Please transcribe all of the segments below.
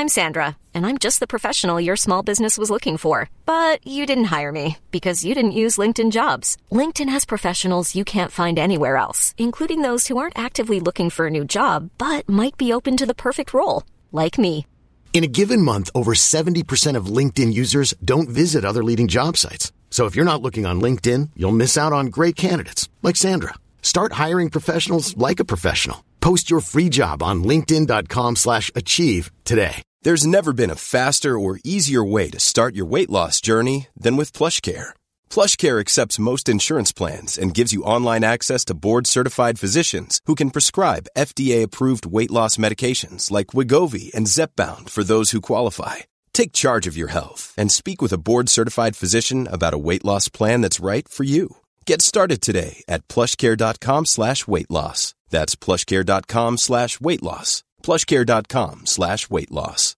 I'm Sandra, and I'm just the professional your small business was looking for. But you didn't hire me because you didn't use LinkedIn Jobs. LinkedIn has professionals you can't find anywhere else, including those who aren't actively looking for a new job, but might be open to the perfect role, like me. In a given month, over 70% of LinkedIn users don't visit other leading job sites. So if you're not looking on LinkedIn, you'll miss out on great candidates like Sandra. Start hiring professionals like a professional. Post your free job on linkedin.com/achieve today. There's never been a faster or easier way to start your weight loss journey than with PlushCare. PlushCare accepts most insurance plans and gives you online access to board-certified physicians who can prescribe FDA-approved weight loss medications like Wegovy and Zepbound for those who qualify. Take charge of your health and speak with a board-certified physician about a weight loss plan that's right for you. Get started today at plushcare.com/weight loss. That's plushcare.com/weight loss. plushcare.com/weight loss.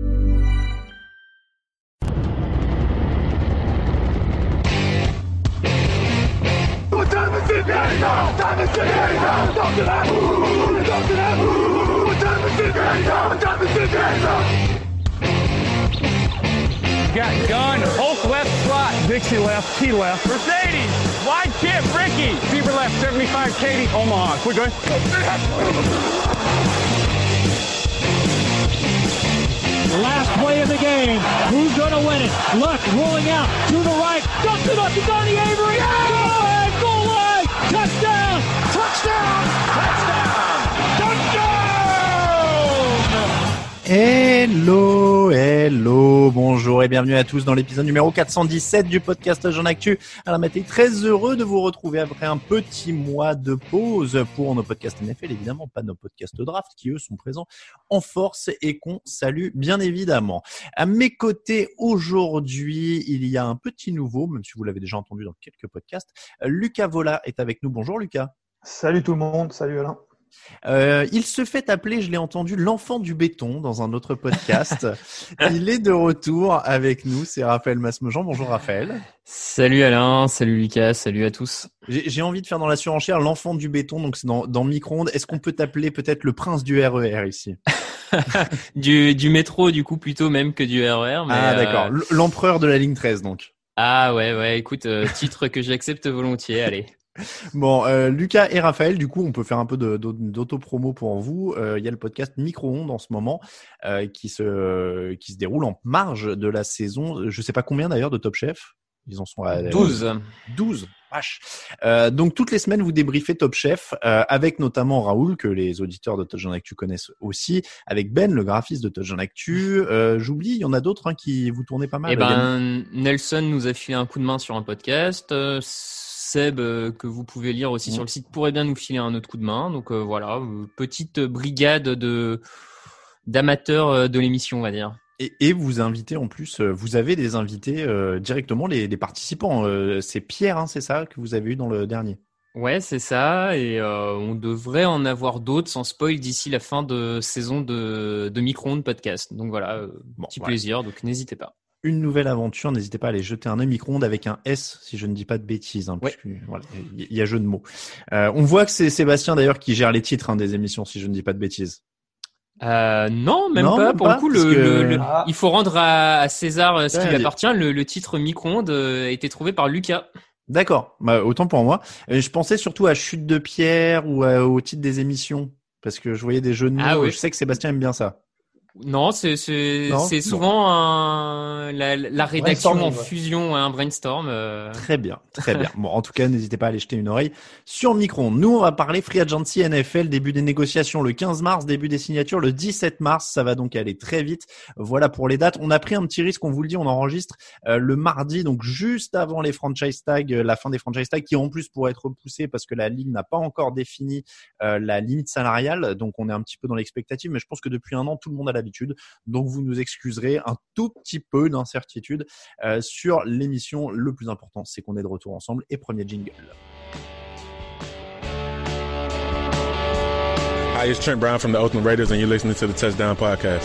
What time is it now? Time is it now? Talk to that. Talk to that. What time is it now? What time is it now? Got gun, Hulk left slot, Dixie left, T left, Mercedes, wide chip, Ricky, Fever left, 75, Katie, Omaha. We're good. Last play of the game. Who's going to win it? Luck rolling out to the right. Dumps it up to Donnie Avery. Yeah! Go ahead, goal line. Touchdown. Touchdown. Touchdown. Touchdown. Hello, bonjour et bienvenue à tous dans l'épisode numéro 417 du podcast Jean Actu. Alors Mathé, très heureux de vous retrouver après un petit mois de pause pour nos podcasts NFL, évidemment pas nos podcasts draft qui eux sont présents en force et qu'on salue bien évidemment. À mes côtés aujourd'hui, il y a un petit nouveau, même si vous l'avez déjà entendu dans quelques podcasts. Lucas Vola est avec nous. Bonjour Lucas. Salut tout le monde, salut Alain. Il se fait appeler, je l'ai entendu, l'enfant du béton dans un autre podcast. Il est de retour avec nous, c'est Raphaël Masmejean. Bonjour Raphaël. Salut Alain, salut Lucas, salut à tous. J'ai envie de faire dans la surenchère l'enfant du béton, donc c'est dans micro-ondes. Est-ce qu'on peut t'appeler peut-être le prince du RER ici? du métro du coup plutôt même que du RER. Mais d'accord, l'empereur de la ligne 13 donc. Ah ouais, écoute, titre que j'accepte volontiers, allez. Bon, Lucas et Raphaël, du coup, on peut faire un peu d'auto-promo pour vous. Il y a le podcast Micro-ondes en ce moment qui se déroule en marge de la saison. Je sais pas combien d'ailleurs de Top Chef. Ils en sont à 12. 12, vache. Donc toutes les semaines, vous débriefez Top Chef avec notamment Raoul, que les auditeurs de Touchdown Actu connaissent aussi, avec Ben, le graphiste de Touchdown Actu. J'oublie, il y en a d'autres qui vous tournez pas mal. Nelson nous a filé un coup de main sur un podcast. Seb, que vous pouvez lire aussi sur le site, pourrait bien nous filer un autre coup de main. Donc voilà, petite brigade d'amateurs de l'émission, on va dire. Et vous invitez en plus, vous avez des invités directement, les participants. C'est Pierre, hein, c'est ça, que vous avez eu dans le dernier. Ouais, c'est ça. Et on devrait en avoir d'autres sans spoil d'ici la fin de saison de Micro-ondes podcast. Donc voilà, petit plaisir, donc n'hésitez pas. Une nouvelle aventure, n'hésitez pas à aller jeter un œil. Micro-ondes avec un S, si je ne dis pas de bêtises. Hein, ouais. Voilà, il y a jeu de mots. On voit que c'est Sébastien d'ailleurs qui gère les titres des émissions, si je ne dis pas de bêtises. Non, même pas. Pour le coup, il faut rendre à César ce qui lui appartient. Le titre Micro-ondes a été trouvé par Lucas. D'accord, autant pour moi. Je pensais surtout à Chute de Pierre ou au titre des émissions, parce que je voyais des jeux de mots. Ah, oui. Je sais que Sébastien aime bien ça. Non, c'est souvent la rédaction en fusion, un brainstorm. Très bien. Bon, en tout cas, n'hésitez pas à aller jeter une oreille sur Micro-ondes. Nous, on va parler Free Agency NFL, début des négociations le 15 mars, début des signatures le 17 mars. Ça va donc aller très vite. Voilà pour les dates. On a pris un petit risque, on vous le dit, on enregistre le mardi, donc juste avant les franchise tags, la fin des franchise tags, qui en plus pourrait être repoussée parce que la ligue n'a pas encore défini la limite salariale. Donc, on est un petit peu dans l'expectative, mais je pense que depuis un an, tout le monde a l'habitude. Donc, vous nous excuserez un tout petit peu d'incertitude sur l'émission. Le plus important, c'est qu'on est de retour ensemble. Et premier jingle. Hi, it's Trent Brown from the Oakland Raiders, and you're listening to the Touchdown Podcast.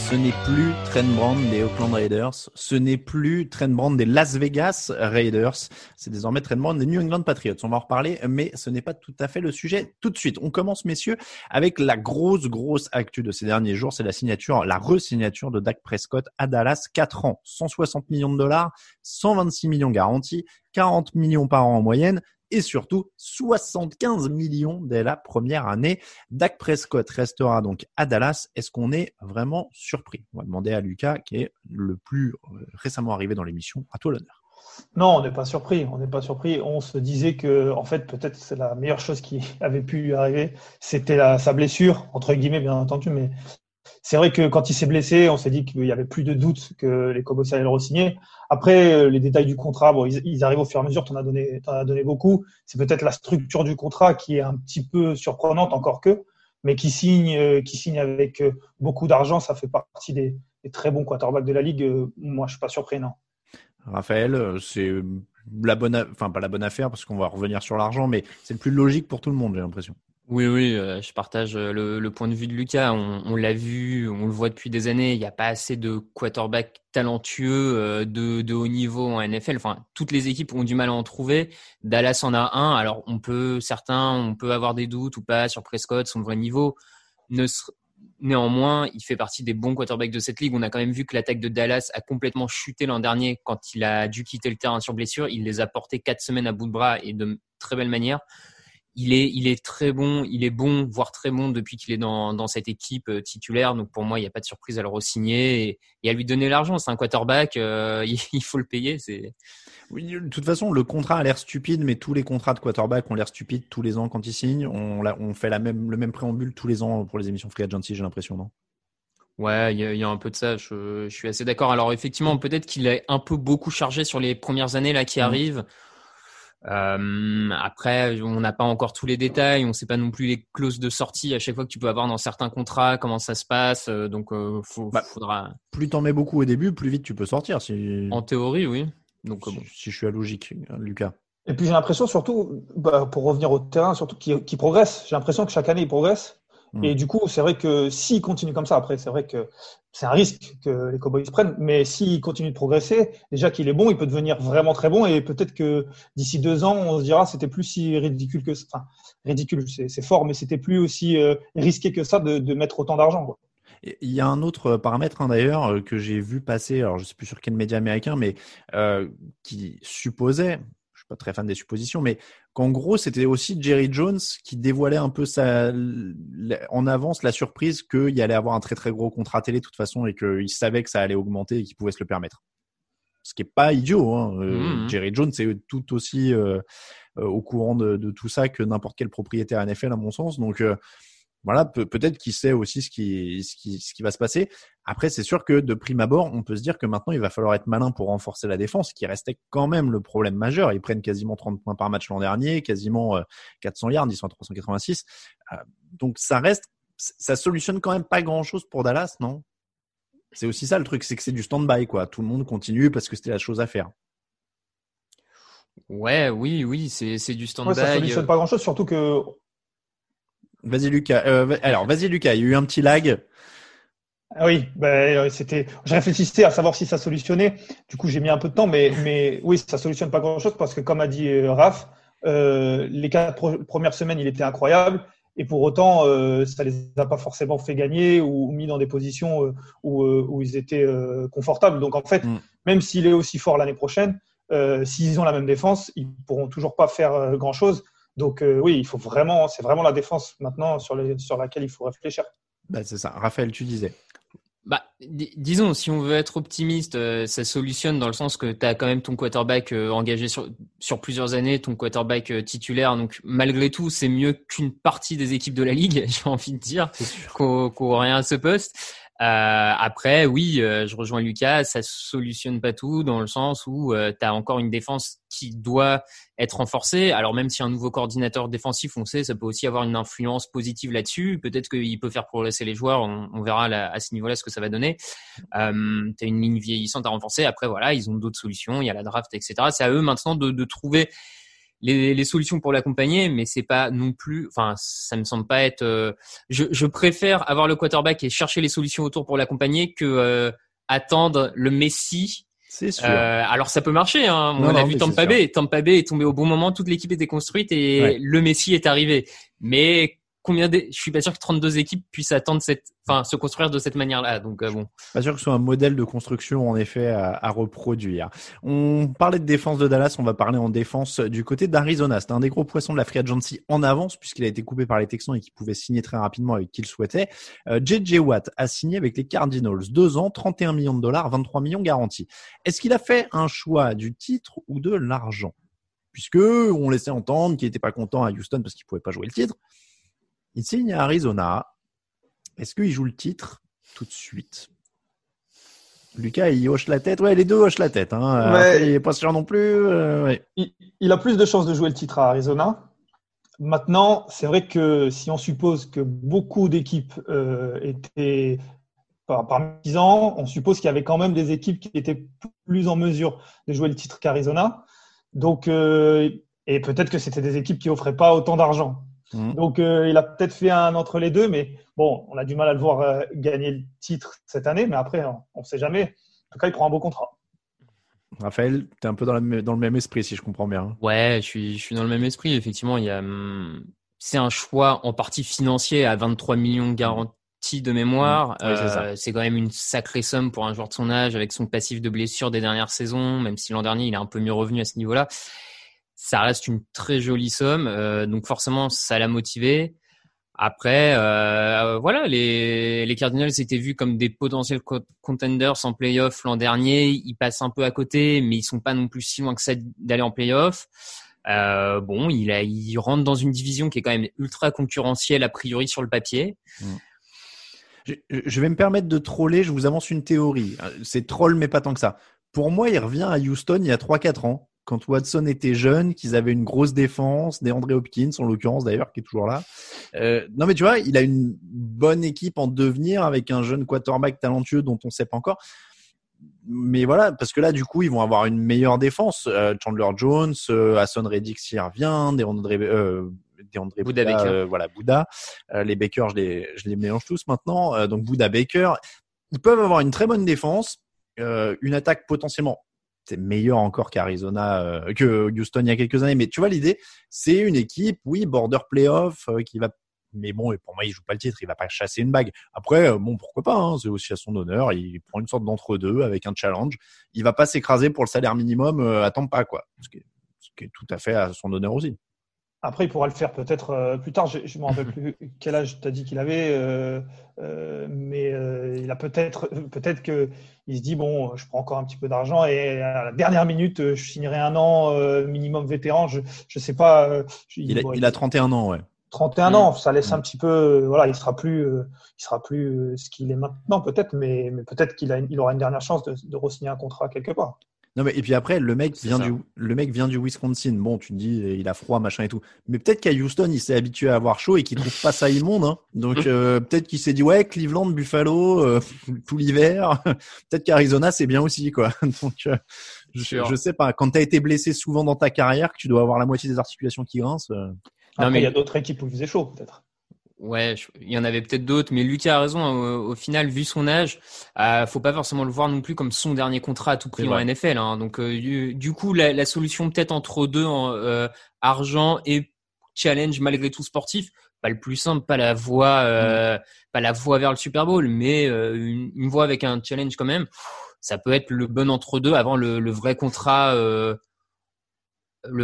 Ce n'est plus Trent Brown des Oakland Raiders. Ce n'est plus Trent Brown des Las Vegas Raiders. C'est désormais Trent Brown des New England Patriots. On va en reparler, mais ce n'est pas tout à fait le sujet tout de suite. On commence, messieurs, avec la grosse actu de ces derniers jours. C'est la re-signature de Dak Prescott à Dallas. 4 ans, 160 millions de dollars, 126 millions garantis, 40 millions par an en moyenne. Et surtout, 75 millions dès la première année. Dak Prescott restera donc à Dallas. Est-ce qu'on est vraiment surpris? On va demander à Lucas, qui est le plus récemment arrivé dans l'émission. À toi l'honneur. Non, on n'est pas surpris. On se disait que, en fait, peut-être c'est la meilleure chose qui avait pu lui arriver. C'était sa blessure, entre guillemets, bien entendu. Mais c'est vrai que quand il s'est blessé, on s'est dit qu'il y avait plus de doute que les Cowboys allaient le re-signer. Après, les détails du contrat, bon, ils arrivent au fur et à mesure. T'en as donné beaucoup. C'est peut-être la structure du contrat qui est un petit peu surprenante, encore que, mais qui signe avec beaucoup d'argent. Ça fait partie des très bons quarterbacks de la ligue. Moi, je suis pas surpris, non. Raphaël, c'est pas la bonne affaire parce qu'on va revenir sur l'argent, mais c'est le plus logique pour tout le monde, j'ai l'impression. Oui, je partage le point de vue de Lucas. On l'a vu, on le voit depuis des années. Il n'y a pas assez de quarterbacks talentueux de haut niveau en NFL. Enfin, toutes les équipes ont du mal à en trouver. Dallas en a un. Alors, on peut avoir des doutes ou pas sur Prescott, son vrai niveau. Néanmoins, il fait partie des bons quarterbacks de cette ligue. On a quand même vu que l'attaque de Dallas a complètement chuté l'an dernier quand il a dû quitter le terrain sur blessure. Il les a portés 4 semaines à bout de bras et de très belle manière. Il est très bon, voire très bon depuis qu'il est dans cette équipe titulaire. Donc pour moi, il n'y a pas de surprise à le re-signer et à lui donner l'argent. C'est un quarterback, il faut le payer. Oui, de toute façon, le contrat a l'air stupide, mais tous les contrats de quarterback ont l'air stupides tous les ans quand ils signent. On fait le même préambule tous les ans pour les émissions Free Agency, j'ai l'impression, non? Ouais, il y a un peu de ça. Je suis assez d'accord. Alors effectivement, peut-être qu'il est un peu beaucoup chargé sur les premières années là qui arrivent. Après, on n'a pas encore tous les détails, on sait pas non plus les clauses de sortie à chaque fois que tu peux avoir dans certains contrats, comment ça se passe. Donc, faudra. Plus t'en mets beaucoup au début, plus vite tu peux sortir. En théorie, oui. Donc, si je suis à logique, Lucas. Et puis j'ai l'impression surtout, pour revenir au terrain, surtout qu'il progresse. J'ai l'impression que chaque année il progresse. Et du coup, c'est vrai que s'il continue comme ça, après, c'est vrai que c'est un risque que les Cowboys prennent, mais s'il continue de progresser, déjà qu'il est bon, il peut devenir vraiment très bon et peut-être que d'ici 2 ans, on se dira c'était plus si ridicule que ça. Enfin, ridicule, c'est fort, mais c'était plus aussi risqué que ça de mettre autant d'argent, quoi. Il y a un autre paramètre d'ailleurs que j'ai vu passer, alors je sais plus sur quel média américain, mais qui supposait, je suis pas très fan des suppositions, mais qu'en gros c'était aussi Jerry Jones qui dévoilait un peu en avance la surprise qu'il allait avoir un très très gros contrat télé de toute façon et qu'il savait que ça allait augmenter et qu'il pouvait se le permettre. Ce qui est pas idiot, hein. Jerry Jones est tout aussi au courant de tout ça que n'importe quel propriétaire NFL à mon sens, donc voilà, peut-être qu'il sait aussi ce qui va se passer. Après, c'est sûr que de prime abord, on peut se dire que maintenant, il va falloir être malin pour renforcer la défense, qui restait quand même le problème majeur. Ils prennent quasiment 30 points par match l'an dernier, quasiment 400 yards, ils sont à 386. Donc, ça solutionne quand même pas grand-chose pour Dallas, non? C'est aussi ça le truc, c'est que c'est du stand-by, quoi. Tout le monde continue parce que c'était la chose à faire. Ouais, oui, c'est du stand-by. Ouais, ça solutionne pas grand-chose, surtout que... Vas-y Lucas, il y a eu un petit lag. Ah oui, je réfléchissais à savoir si ça solutionnait. Du coup, j'ai mis un peu de temps, mais oui, ça solutionne pas grand-chose parce que comme a dit Raph, les 4 premières semaines, il était incroyable et pour autant, ça les a pas forcément fait gagner ou mis dans des positions où ils étaient confortables. Donc en fait, même s'il est aussi fort l'année prochaine, s'ils ont la même défense, ils pourront toujours pas faire grand-chose. Donc oui, c'est vraiment la défense maintenant sur laquelle il faut réfléchir. C'est ça. Raphaël, tu disais. Disons, si on veut être optimiste, ça solutionne dans le sens que tu as quand même ton quarterback engagé sur plusieurs années, ton quarterback titulaire. Donc malgré tout, c'est mieux qu'une partie des équipes de la ligue, j'ai envie de dire, qu'on rien à ce poste. Après, oui, je rejoins Lucas, ça solutionne pas tout dans le sens où tu as encore une défense qui doit être renforcée. Alors même si un nouveau coordinateur défensif, on sait, ça peut aussi avoir une influence positive là-dessus. Peut-être qu'il peut faire progresser les joueurs, on verra à ce niveau-là ce que ça va donner. T'as une ligne vieillissante à renforcer. Après, voilà, ils ont d'autres solutions, il y a la draft, etc. C'est à eux maintenant de trouver les solutions pour l'accompagner, mais c'est pas non plus, enfin, ça me semble pas être, je préfère avoir le quarterback et chercher les solutions autour pour l'accompagner que, attendre le Messi. C'est sûr. Alors ça peut marcher, hein. On a vu Tampa Bay est tombé au bon moment, toute l'équipe était construite et le Messi est arrivé. Mais je suis pas sûr que 32 équipes puissent attendre se construire de cette manière-là. Donc bon. Pas sûr que ce soit un modèle de construction en effet à reproduire. On parlait de défense de Dallas, on va parler en défense du côté d'Arizona. C'était un des gros poissons de la free agency en avance puisqu'il a été coupé par les Texans et qu'il pouvait signer très rapidement avec qui il souhaitait. J.J. Watt a signé avec les Cardinals 2 ans, $31 millions, 23 millions garantis. Est-ce qu'il a fait un choix du titre ou de l'argent? Puisque on laissait entendre qu'il n'était pas content à Houston parce qu'il pouvait pas jouer le titre. Il signe à Arizona. Est-ce qu'il joue le titre tout de suite? Lucas, il hoche la tête. Ouais, les deux hochent la tête. Hein. Après, il n'est pas sûr non plus. Ouais. Il a plus de chances de jouer le titre à Arizona. Maintenant, c'est vrai que si on suppose que beaucoup d'équipes étaient parmi 10 ans, on suppose qu'il y avait quand même des équipes qui étaient plus en mesure de jouer le titre qu'Arizona. Donc, et peut-être que c'était des équipes qui offraient pas autant d'argent. Donc, il a peut-être fait un entre les deux, mais bon, on a du mal à le voir gagner le titre cette année, mais après, on ne sait jamais. En tout cas, il prend un beau contrat. Raphaël, tu es un peu dans le même esprit, si je comprends bien. Ouais, je suis dans le même esprit. Effectivement, c'est un choix en partie financier à 23 millions garantis de mémoire. Oui, c'est quand même une sacrée somme pour un joueur de son âge avec son passif de blessure des dernières saisons, même si l'an dernier, il est un peu mieux revenu à ce niveau-là. Ça reste une très jolie somme, donc forcément ça l'a motivé. Après, voilà, les Cardinals étaient vus comme des potentiels contenders en play-off l'an dernier. Ils passent un peu à côté, mais ils sont pas non plus si loin que ça d'aller en play-off. Bon, il rentre dans une division qui est quand même ultra concurrentielle a priori sur le papier. Je vais me permettre de troller. Je vous avance une théorie. C'est troll, mais pas tant que ça. Pour moi, il revient à Houston il y a 3-4 ans. Quand Watson était jeune, qu'ils avaient une grosse défense, DeAndre Hopkins en l'occurrence d'ailleurs, qui est toujours là. Non mais tu vois, il a une bonne équipe en devenir avec un jeune quarterback talentueux dont on ne sait pas encore. Mais voilà, parce que là du coup, ils vont avoir une meilleure défense. Chandler Jones, Hassan Reddick s'y revient, DeAndre Budda Baker. Voilà, Budda. Les Baker, je les mélange tous maintenant. Donc Budda Baker, ils peuvent avoir une très bonne défense, une attaque potentiellement. C'est meilleur encore qu'Arizona, que Houston il y a quelques années. Mais tu vois, l'idée, c'est une équipe, oui, border playoff, qui va. Mais bon, et pour moi, il joue pas le titre, il va pas chasser une bague. Après, bon, pourquoi pas, hein, c'est aussi à son honneur. Il prend une sorte d'entre-deux avec un challenge. Il va pas s'écraser pour le salaire minimum à Tampa, quoi. Ce qui est tout à fait à son honneur aussi. Après, il pourra le faire peut-être plus tard. Je ne me rappelle plus quel âge tu as dit qu'il avait, mais il a peut-être qu'il se dit bon, je prends encore un petit peu d'argent et à la dernière minute, je signerai 1 an minimum vétéran. Je sais pas. Il a 31 ans, ouais. 31 ans, ça laisse un petit peu. Voilà, il sera plus ce qu'il est maintenant peut-être, mais peut-être il aura une dernière chance de re-signer un contrat quelque part. Non mais et puis après le mec vient du Wisconsin. Bon, tu te dis il a froid machin et tout. Mais peut-être qu'à Houston, il s'est habitué à avoir chaud et qu'il trouve pas ça immonde hein. Donc peut-être qu'il s'est dit ouais, Cleveland, Buffalo tout l'hiver. Peut-être qu'Arizona c'est bien aussi quoi. Donc je sais pas, quand tu as été blessé souvent dans ta carrière, que tu dois avoir la moitié des articulations qui grincent. Après, il y a d'autres équipes où il faisait chaud peut-être. Ouais, il y en avait peut-être d'autres, mais Lucas a raison. Au final, vu son âge, faut pas forcément le voir non plus comme son dernier contrat à tout prix en NFL. Hein. Donc, du coup, la solution peut-être entre deux, argent et challenge malgré tout sportif, pas le plus simple, pas la voie vers le Super Bowl, mais une voie avec un challenge quand même. Ça peut être le bon entre deux avant le vrai contrat. Le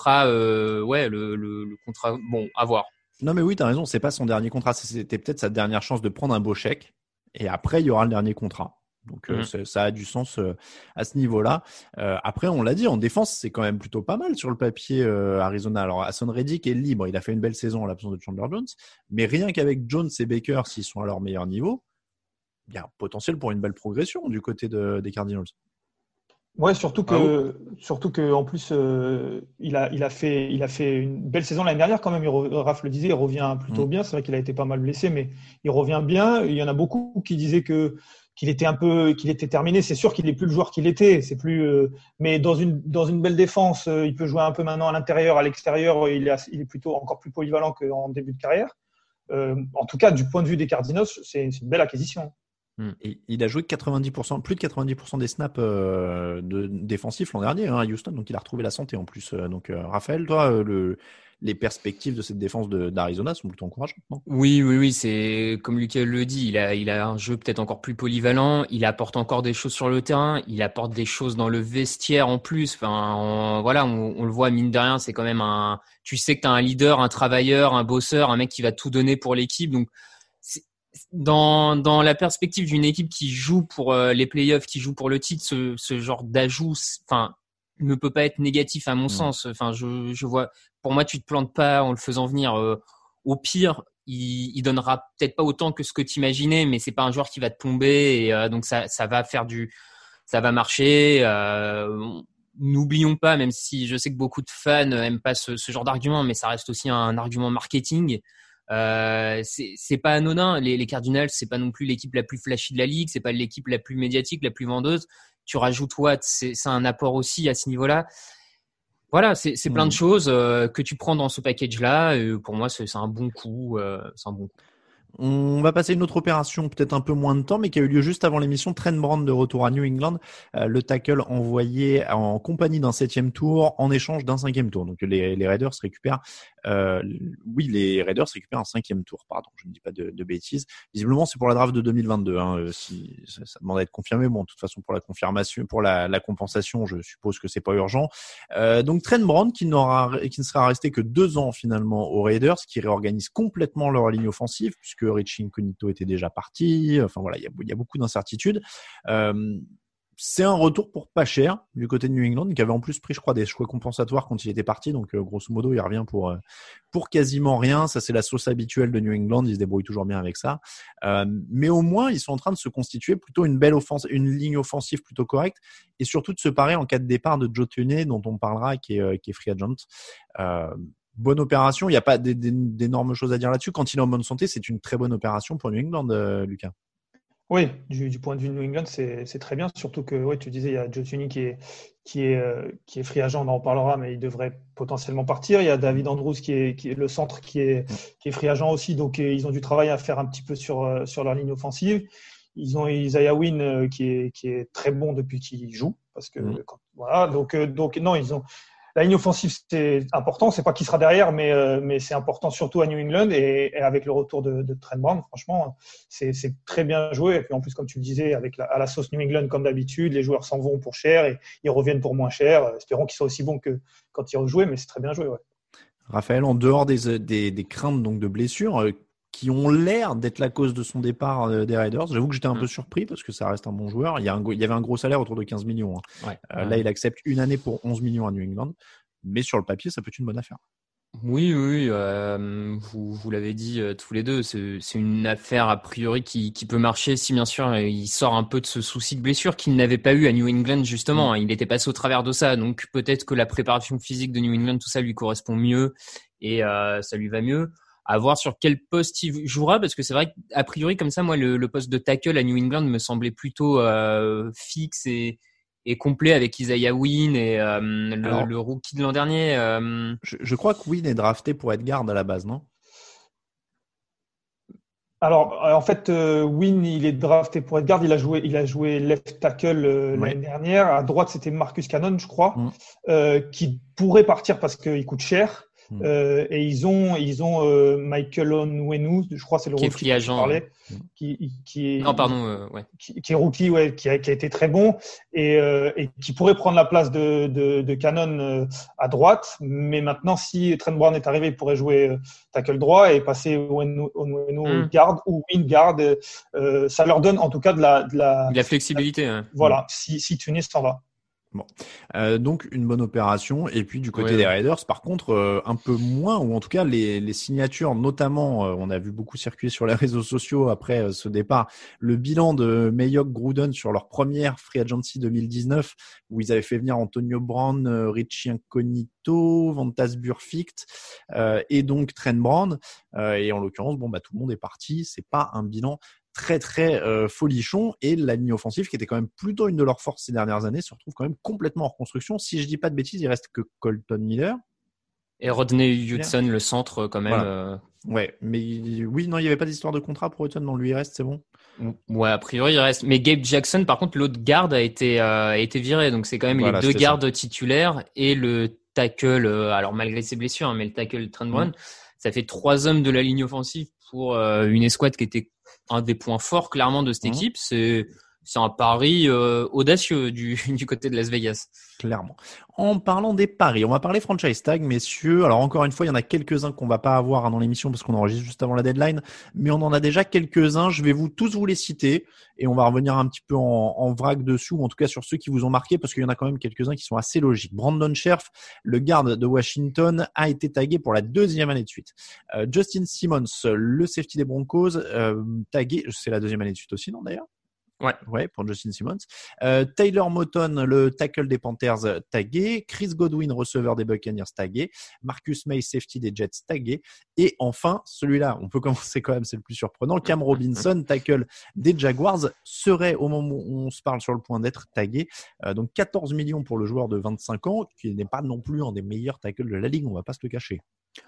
contrat. Bon, à voir. Non mais oui, t'as raison, c'est pas son dernier contrat, c'était peut-être sa dernière chance de prendre un beau chèque et après il y aura le dernier contrat. Donc ça a du sens à ce niveau-là. Après on l'a dit, en défense c'est quand même plutôt pas mal sur le papier Arizona. Alors Hassan Reddick est libre, il a fait une belle saison en l'absence de Chandler Jones, mais rien qu'avec Jones et Baker s'ils sont à leur meilleur niveau, il y a un potentiel pour une belle progression du côté des Cardinals. Ouais, surtout que en plus il a fait une belle saison l'année dernière quand même. Raph le disait, il revient plutôt bien. C'est vrai qu'il a été pas mal blessé, mais il revient bien. Il y en a beaucoup qui disaient qu'il était terminé. C'est sûr qu'il est plus le joueur qu'il était. C'est plus, mais dans une belle défense, il peut jouer un peu maintenant à l'intérieur, à l'extérieur. Il est plutôt encore plus polyvalent qu'en début de carrière. En tout cas, du point de vue des Cardinals, c'est une belle acquisition. Et il a joué 90%, plus de 90% des snaps défensifs l'an dernier à Houston, donc il a retrouvé la santé en plus. Donc Raphaël, toi, les perspectives de cette défense d'Arizona sont plutôt encourageantes, non ? Oui, c'est comme Lucas le dit, il a un jeu peut-être encore plus polyvalent, il apporte encore des choses sur le terrain, il apporte des choses dans le vestiaire en plus. Enfin, on le voit, mine de rien, c'est quand même tu sais que t'as un leader, un travailleur, un bosseur, un mec qui va tout donner pour l'équipe. Donc dans la perspective d'une équipe qui joue pour les playoffs, qui joue pour le titre, ce genre d'ajout, enfin, ne peut pas être négatif à mon sens. Enfin, je vois. Pour moi, tu te plantes pas en le faisant venir. Au pire, il donnera peut-être pas autant que ce que tu imaginais, mais c'est pas un joueur qui va te plomber et donc ça va marcher. N'oublions pas, même si je sais que beaucoup de fans aiment pas ce genre d'argument, mais ça reste aussi un argument marketing. C'est pas anodin. Les Cardinals, c'est pas non plus l'équipe la plus flashy de la ligue, c'est pas l'équipe la plus médiatique, la plus vendeuse. Tu rajoutes Watt, c'est un apport aussi à ce niveau-là. Voilà, c'est plein de choses que tu prends dans ce package-là. Pour moi, c'est un bon coup. C'est un bon coup. On va passer à une autre opération, peut-être un peu moins de temps, mais qui a eu lieu juste avant l'émission. Trent Brown de retour à New England, le tackle envoyé en compagnie d'un 7e tour en échange d'un 5e tour. Donc les Raiders récupèrent, les Raiders récupèrent un 5e tour. Pardon, je ne dis pas de bêtises. Visiblement, c'est pour la draft de 2022. Si ça demande à être confirmé. Bon, de toute façon, pour la confirmation, pour la compensation, je suppose que c'est pas urgent. Donc Trent Brown qui ne sera resté que 2 ans finalement aux Raiders, qui réorganise complètement leur ligne offensive puisque Richie Incognito était déjà parti. Enfin voilà, il y a beaucoup d'incertitudes. C'est un retour pour pas cher du côté de New England, qui avait en plus pris, je crois, des choix compensatoires quand il était parti. Donc grosso modo, il revient pour quasiment rien. Ça, c'est la sauce habituelle de New England. Ils se débrouillent toujours bien avec ça. Mais au moins, ils sont en train de se constituer plutôt une belle offense, une ligne offensive plutôt correcte, et surtout de se parer en cas de départ de Joe Thuney, dont on parlera, qui est free agent. Bonne opération. Il n'y a pas d'énormes choses à dire là-dessus. Quand il est en bonne santé, c'est une très bonne opération pour New England, Lucas. Oui, du point de vue de New England, c'est très bien. Surtout que, tu disais, il y a Joe Thuney qui est free agent, on en reparlera, mais il devrait potentiellement partir. Il y a David Andrews qui est le centre qui est free agent aussi. Donc, ils ont du travail à faire un petit peu sur leur ligne offensive. Ils ont Isaiah Wynn qui est très bon depuis qu'il joue. Parce que, donc, non, ils ont. La ligne offensive, c'est important. C'est pas qui sera derrière, mais c'est important surtout à New England et avec le retour de Trent Brown. Franchement, c'est très bien joué. Et puis en plus, comme tu le disais, à la sauce New England comme d'habitude, les joueurs s'en vont pour cher et ils reviennent pour moins cher. Espérons qu'ils soient aussi bons que quand ils rejouaient, mais c'est très bien joué. Ouais. Raphaël, en dehors des craintes donc de blessures qui ont l'air d'être la cause de son départ des Raiders. J'avoue que j'étais un peu surpris parce que ça reste un bon joueur. Il y avait un gros salaire autour de 15 millions. Là, il accepte une année pour 11 millions à New England. Mais sur le papier, ça peut être une bonne affaire. Oui. Vous l'avez dit tous les deux. C'est une affaire a priori qui peut marcher si bien sûr il sort un peu de ce souci de blessure qu'il n'avait pas eu à New England justement. Il était passé au travers de ça. Donc peut-être que la préparation physique de New England, tout ça lui correspond mieux et ça lui va mieux. À voir sur quel poste il jouera, parce que c'est vrai qu'a priori, comme ça, moi, le poste de tackle à New England me semblait plutôt fixe et complet avec Isaiah Wynn et le rookie de l'an dernier. Je crois que Wynn est drafté pour être garde à la base, non ? Alors, en fait, Wynn, il est drafté pour être garde. Il a joué left tackle l'année dernière. À droite, c'était Marcus Cannon, je crois, qui pourrait partir parce qu'il coûte cher. Et ils ont Michael Onwenu, je crois c'est le rookie free agent, qui est rookie, qui a été très bon et qui pourrait prendre la place de Cannon à droite. Mais maintenant, si Trent Brown est arrivé, il pourrait jouer tackle droit et passer Onwenu garde ou wing garde. Ça leur donne en tout cas de la flexibilité. Voilà, si Tunis s'en va. Bon, donc une bonne opération. Et puis du côté des Raiders, par contre, un peu moins, ou en tout cas les signatures, notamment, on a vu beaucoup circuler sur les réseaux sociaux après ce départ, le bilan de Mayock Gruden sur leur première free agency 2019, où ils avaient fait venir Antonio Brown, Richie Incognito, Vontaze Burfict et donc Trent Brown. Et en l'occurrence, tout le monde est parti. C'est pas un bilan très folichon, et la ligne offensive qui était quand même plutôt une de leurs forces ces dernières années se retrouve quand même complètement en reconstruction. Si je dis pas de bêtises, il reste que Colton Miller et Rodney Hudson, le centre quand même. Voilà. Ouais, mais oui, non, il y avait pas d'histoire de contrat pour Hudson, non, lui il reste, c'est bon. Ouais, a priori il reste. Mais Gabe Jackson, par contre, l'autre garde a été viré, donc c'est quand même les deux gardes titulaires et le tackle. Alors malgré ses blessures, hein, mais le tackle Trent Brown, ça fait 3 hommes de la ligne offensive pour une escouade qui était un des points forts clairement de cette équipe. C'est un pari audacieux du côté de Las Vegas. Clairement. En parlant des paris, on va parler franchise tag, messieurs. Alors encore une fois, il y en a quelques-uns qu'on va pas avoir dans l'émission parce qu'on enregistre juste avant la deadline, mais on en a déjà quelques-uns. Je vais tous vous les citer et on va revenir un petit peu en vrac dessus, ou en tout cas sur ceux qui vous ont marqué, parce qu'il y en a quand même quelques-uns qui sont assez logiques. Brandon Scherff, le garde de Washington, a été tagué pour la 2e année de suite. Justin Simmons, le safety des Broncos, tagué, c'est la 2e année de suite aussi, non d'ailleurs? Ouais, pour Justin Simmons. Tyler Moton, le tackle des Panthers, tagué. Chris Godwin, receveur des Buccaneers, tagué. Marcus May, safety des Jets, tagué. Et enfin, celui-là, on peut commencer quand même, c'est le plus surprenant. Cam Robinson, tackle des Jaguars, serait au moment où on se parle sur le point d'être tagué. Donc 14 millions pour le joueur de 25 ans, qui n'est pas non plus un des meilleurs tackles de la ligue, on va pas se le cacher.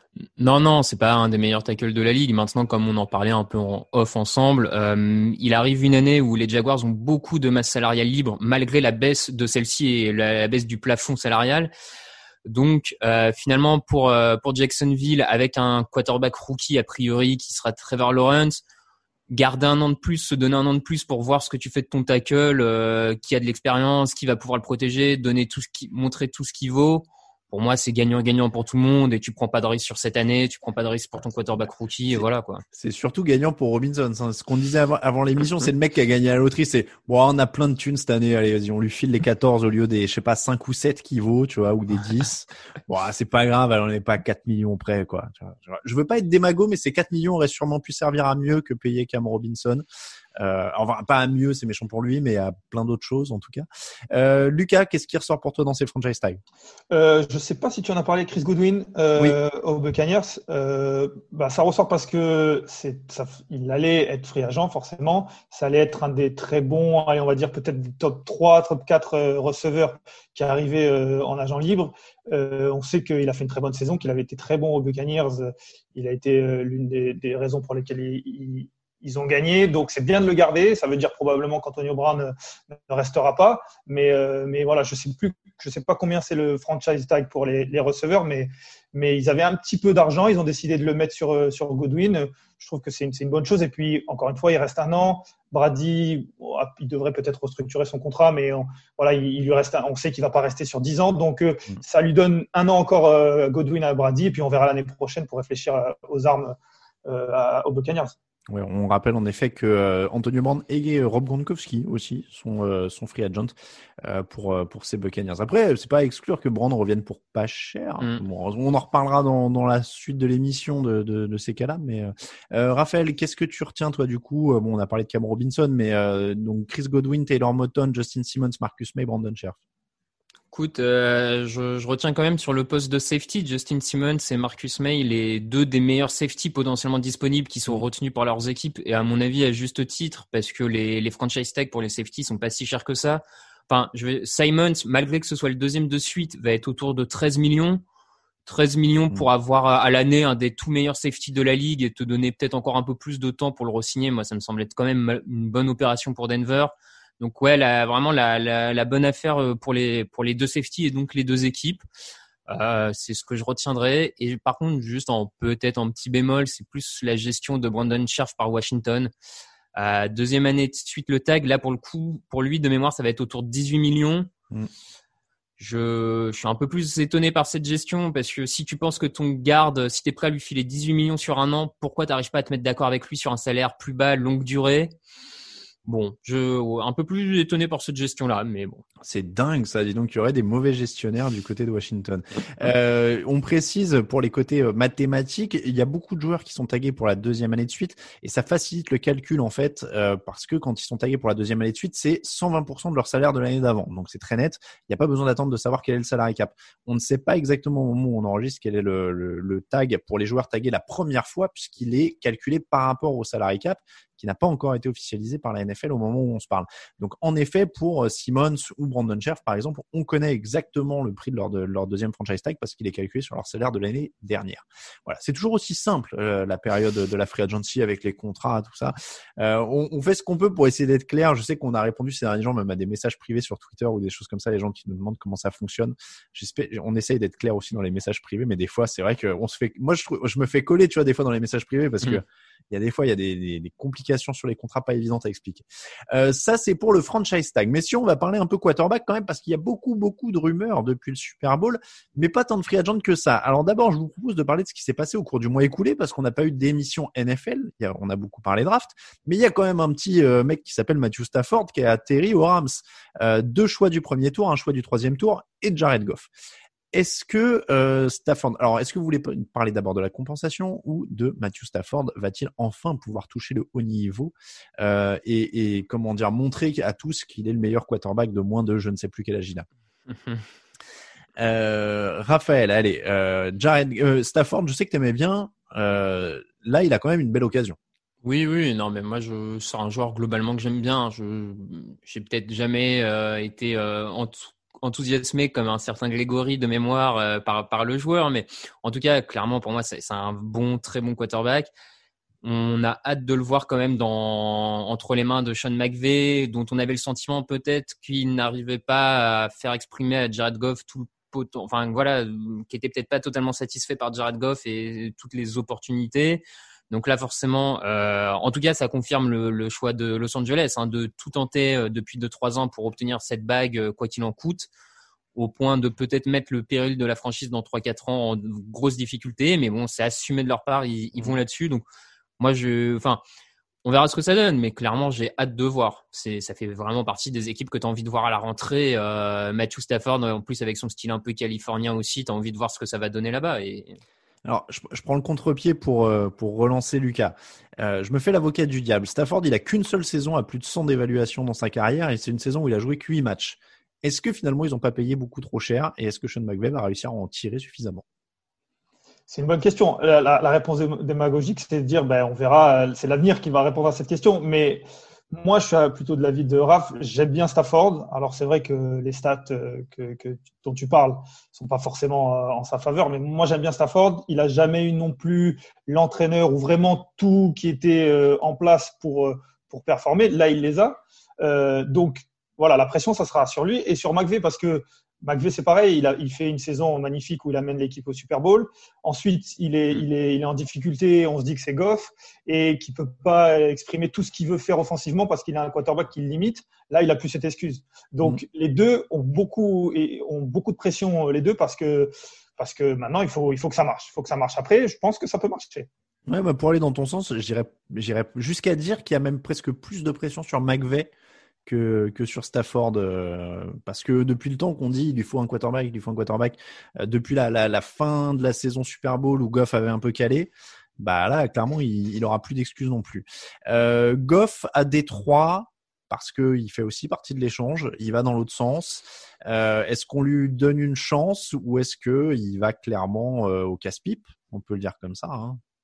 Non, c'est pas un des meilleurs tackles de la ligue. Maintenant, comme on en parlait un peu en off ensemble, il arrive une année où les Jaguars ont beaucoup de masse salariale libre, malgré la baisse de celle-ci et la baisse du plafond salarial. Donc, finalement, pour Jacksonville, avec un quarterback rookie a priori qui sera Trevor Lawrence, garder un an de plus, se donner un an de plus pour voir ce que tu fais de ton tackle, qui a de l'expérience, qui va pouvoir le protéger, montrer tout ce qu'il vaut. Pour moi, c'est gagnant-gagnant pour tout le monde, et tu prends pas de risque sur cette année, tu prends pas de risque pour ton quarterback rookie, et voilà, quoi. C'est surtout gagnant pour Robinson. Ce qu'on disait avant l'émission, c'est le mec qui a gagné à la loterie, c'est, on a plein de thunes cette année, allez, vas-y, on lui file les 14 au lieu des, 5 ou 7 qu'il vaut, tu vois, ou des 10. C'est pas grave, alors on n'est pas à 4 millions près, quoi. Je veux pas être démago, mais ces 4 millions auraient sûrement pu servir à mieux que payer Cam Robinson. Enfin, pas à mieux, c'est méchant pour lui, mais à plein d'autres choses en tout cas. Lucas, qu'est-ce qui ressort pour toi dans ces franchise tags? Je sais pas si tu en as parlé, Chris Godwin aux Buccaneers. Ça ressort parce que il allait être free agent forcément. Ça allait être un des très bons, allez, on va dire peut-être des top 3, top 4 receveurs qui arrivaient en agent libre. On sait qu'il a fait une très bonne saison, qu'il avait été très bon aux Buccaneers. Il a été l'une des raisons pour lesquelles ils ont gagné, donc c'est bien de le garder. Ça veut dire probablement qu'Antonio Brown ne restera pas, mais voilà, je sais pas combien c'est le franchise tag pour les receveurs, mais ils avaient un petit peu d'argent, ils ont décidé de le mettre sur Godwin. Je trouve que c'est une bonne chose. Et puis encore une fois, il reste un an. Brady, il devrait peut-être restructurer son contrat, mais il lui reste. On sait qu'il va pas rester sur 10 ans, donc ça lui donne un an encore Godwin à Brady, et puis on verra l'année prochaine pour réfléchir aux armes aux Buccaneers. Ouais, on rappelle en effet que Antonio Brown et Rob Gronkowski aussi sont free agent pour ces Buccaneers. Après, c'est pas à exclure que Brown revienne pour pas cher. Bon, on en reparlera dans la suite de l'émission de ces cas-là. Mais Raphaël, qu'est-ce que tu retiens toi du coup? On a parlé de Cam Robinson, mais donc Chris Godwin, Taylor Moton, Justin Simmons, Marcus May, Brandon Scherff. Écoute, je retiens quand même sur le poste de safety, Justin Simmons et Marcus May, les deux des meilleurs safety potentiellement disponibles qui sont retenus par leurs équipes, et à mon avis à juste titre, parce que les franchise tags pour les safety sont pas si chers que ça. Enfin, Simmons, malgré que ce soit le deuxième de suite, va être autour de 13 millions. 13 millions pour avoir à l'année un des tout meilleurs safety de la ligue et te donner peut-être encore un peu plus de temps pour le re-signer. Moi, ça me semble être quand même une bonne opération pour Denver. Donc ouais, vraiment la bonne affaire pour les deux safety et donc les deux équipes. C'est ce que je retiendrai. Et par contre, juste peut-être en petit bémol, c'est plus la gestion de Brandon Scherff par Washington. 2e année de suite le tag. Là, pour le coup, pour lui, de mémoire, ça va être autour de 18 millions. Je suis un peu plus étonné par cette gestion parce que si tu penses que ton garde, si tu es prêt à lui filer 18 millions sur un an, pourquoi tu n'arrives pas à te mettre d'accord avec lui sur un salaire plus bas, longue durée? Bon, un peu plus étonné par cette gestion-là, mais bon. C'est dingue ça, dis donc qu'il y aurait des mauvais gestionnaires du côté de Washington. On précise pour les côtés mathématiques, il y a beaucoup de joueurs qui sont tagués pour la deuxième année de suite et ça facilite le calcul en fait parce que quand ils sont tagués pour la deuxième année de suite, c'est 120% de leur salaire de l'année d'avant. Donc c'est très net, il n'y a pas besoin d'attendre de savoir quel est le salary cap. On ne sait pas exactement au moment où on enregistre quel est le tag pour les joueurs tagués la première fois puisqu'il est calculé par rapport au salary cap qui n'a pas encore été officialisé par la NFL au moment où on se parle. Donc, en effet, pour Simmons ou Brandon Scherff, par exemple, on connaît exactement le prix de leur deuxième franchise tag parce qu'il est calculé sur leur salaire de l'année dernière. Voilà, c'est toujours aussi simple la période de la free agency avec les contrats, tout ça. On fait ce qu'on peut pour essayer d'être clair. Je sais qu'on a répondu ces derniers jours même à des messages privés sur Twitter ou des choses comme ça, les gens qui nous demandent comment ça fonctionne. On essaye d'être clair aussi dans les messages privés, mais des fois, c'est vrai que moi, je me fais coller, tu vois, des fois dans les messages privés parce que il y a des fois, il y a des complications sur les contrats pas évidentes à expliquer. Ça, c'est pour le franchise tag. Mais si on va parler un peu quarterback quand même, parce qu'il y a beaucoup de rumeurs depuis le Super Bowl, mais pas tant de free agent que ça. Alors d'abord, je vous propose de parler de ce qui s'est passé au cours du mois écoulé, parce qu'on n'a pas eu d'émission NFL. On a beaucoup parlé draft, mais il y a quand même un petit mec qui s'appelle Matthew Stafford qui a atterri aux Rams. 2 choix du premier tour, un choix du troisième tour et Jared Goff. Est-ce que Stafford, alors est-ce que vous voulez parler d'abord de la compensation ou de Matthew Stafford, va-t-il enfin pouvoir toucher le haut niveau et comment dire montrer à tous qu'il est le meilleur quarterback de moins de je ne sais plus quel âge il a. Raphaël, allez, Stafford, je sais que t'aimais bien. Là, il a quand même une belle occasion. Oui, non, mais moi, c'est un joueur globalement que j'aime bien. J'ai peut-être jamais été enthousiasmé comme un certain Grégory de mémoire par le joueur, mais en tout cas, clairement, pour moi, c'est un très bon quarterback. On a hâte de le voir quand même entre les mains de Sean McVay, dont on avait le sentiment peut-être qu'il n'arrivait pas à faire exprimer à Jared Goff tout le potentiel, enfin voilà, qui était peut-être pas totalement satisfait par Jared Goff et toutes les opportunités. Donc là, forcément, en tout cas, ça confirme le choix de Los Angeles de tout tenter depuis 2-3 ans pour obtenir cette bague, quoi qu'il en coûte, au point de peut-être mettre le péril de la franchise dans 3-4 ans en grosse difficulté. Mais bon, c'est assumé de leur part, ils vont là-dessus. Donc moi, on verra ce que ça donne, mais clairement, j'ai hâte de voir. Ça fait vraiment partie des équipes que tu as envie de voir à la rentrée. Matthew Stafford, en plus avec son style un peu californien aussi, tu as envie de voir ce que ça va donner là-bas. Alors, je prends le contre-pied pour relancer Lucas. Je me fais l'avocat du diable. Stafford, il a qu'une seule saison à plus de 100 d'évaluation dans sa carrière et c'est une saison où il a joué que 8 matchs. Est-ce que finalement, ils n'ont pas payé beaucoup trop cher et est-ce que Sean McVay va réussir à en tirer suffisamment ? C'est une bonne question. La réponse démagogique, c'est de dire, on verra, c'est l'avenir qui va répondre à cette question. Mais moi, je suis plutôt de l'avis de Raph. J'aime bien Stafford. Alors, c'est vrai que les stats dont tu parles sont pas forcément en sa faveur, mais moi, j'aime bien Stafford. Il a jamais eu non plus l'entraîneur ou vraiment tout qui était en place pour performer. Là, il les a. Donc, voilà, la pression, ça sera sur lui et sur McVay parce que McVay, c'est pareil, il fait une saison magnifique où il amène l'équipe au Super Bowl. Ensuite, il est en difficulté, on se dit que c'est Goff et qu'il peut pas exprimer tout ce qu'il veut faire offensivement parce qu'il a un quarterback qui le limite. Là, il a plus cette excuse. Donc, les deux ont beaucoup de pression, les deux, parce que maintenant, il faut que ça marche. Il faut que ça marche. Après, je pense que ça peut marcher. Ouais, pour aller dans ton sens, j'irais jusqu'à dire qu'il y a même presque plus de pression sur McVay que sur Stafford parce que depuis le temps qu'on dit il lui faut un quarterback depuis la fin de la saison Super Bowl où Goff avait un peu calé, là clairement il aura plus d'excuses non plus. Goff à Détroit parce que il fait aussi partie de l'échange, il va dans l'autre sens. Est-ce qu'on lui donne une chance ou est-ce que il va clairement au casse-pipe, on peut le dire comme ça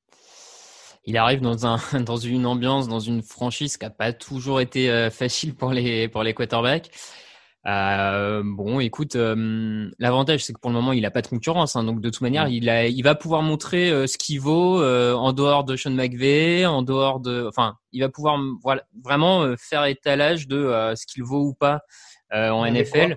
Il arrive dans une ambiance, dans une franchise qui a pas toujours été facile pour les quarterbacks. Écoute, l'avantage c'est que pour le moment il a pas de concurrence, donc de toute manière il va pouvoir montrer ce qu'il vaut en dehors de Sean McVay, il va pouvoir vraiment faire étalage de ce qu'il vaut ou pas en NFL.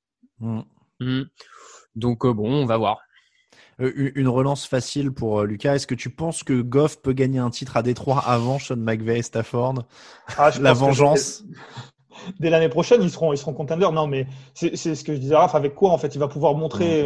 Donc on va voir. Une relance facile pour Lucas. Est-ce que tu penses que Goff peut gagner un titre à Détroit avant Sean McVay et Stafford ? La vengeance. dès l'année prochaine, ils seront contenders. Non, mais c'est ce que je disais à Raph. Avec quoi, en fait, il va pouvoir montrer,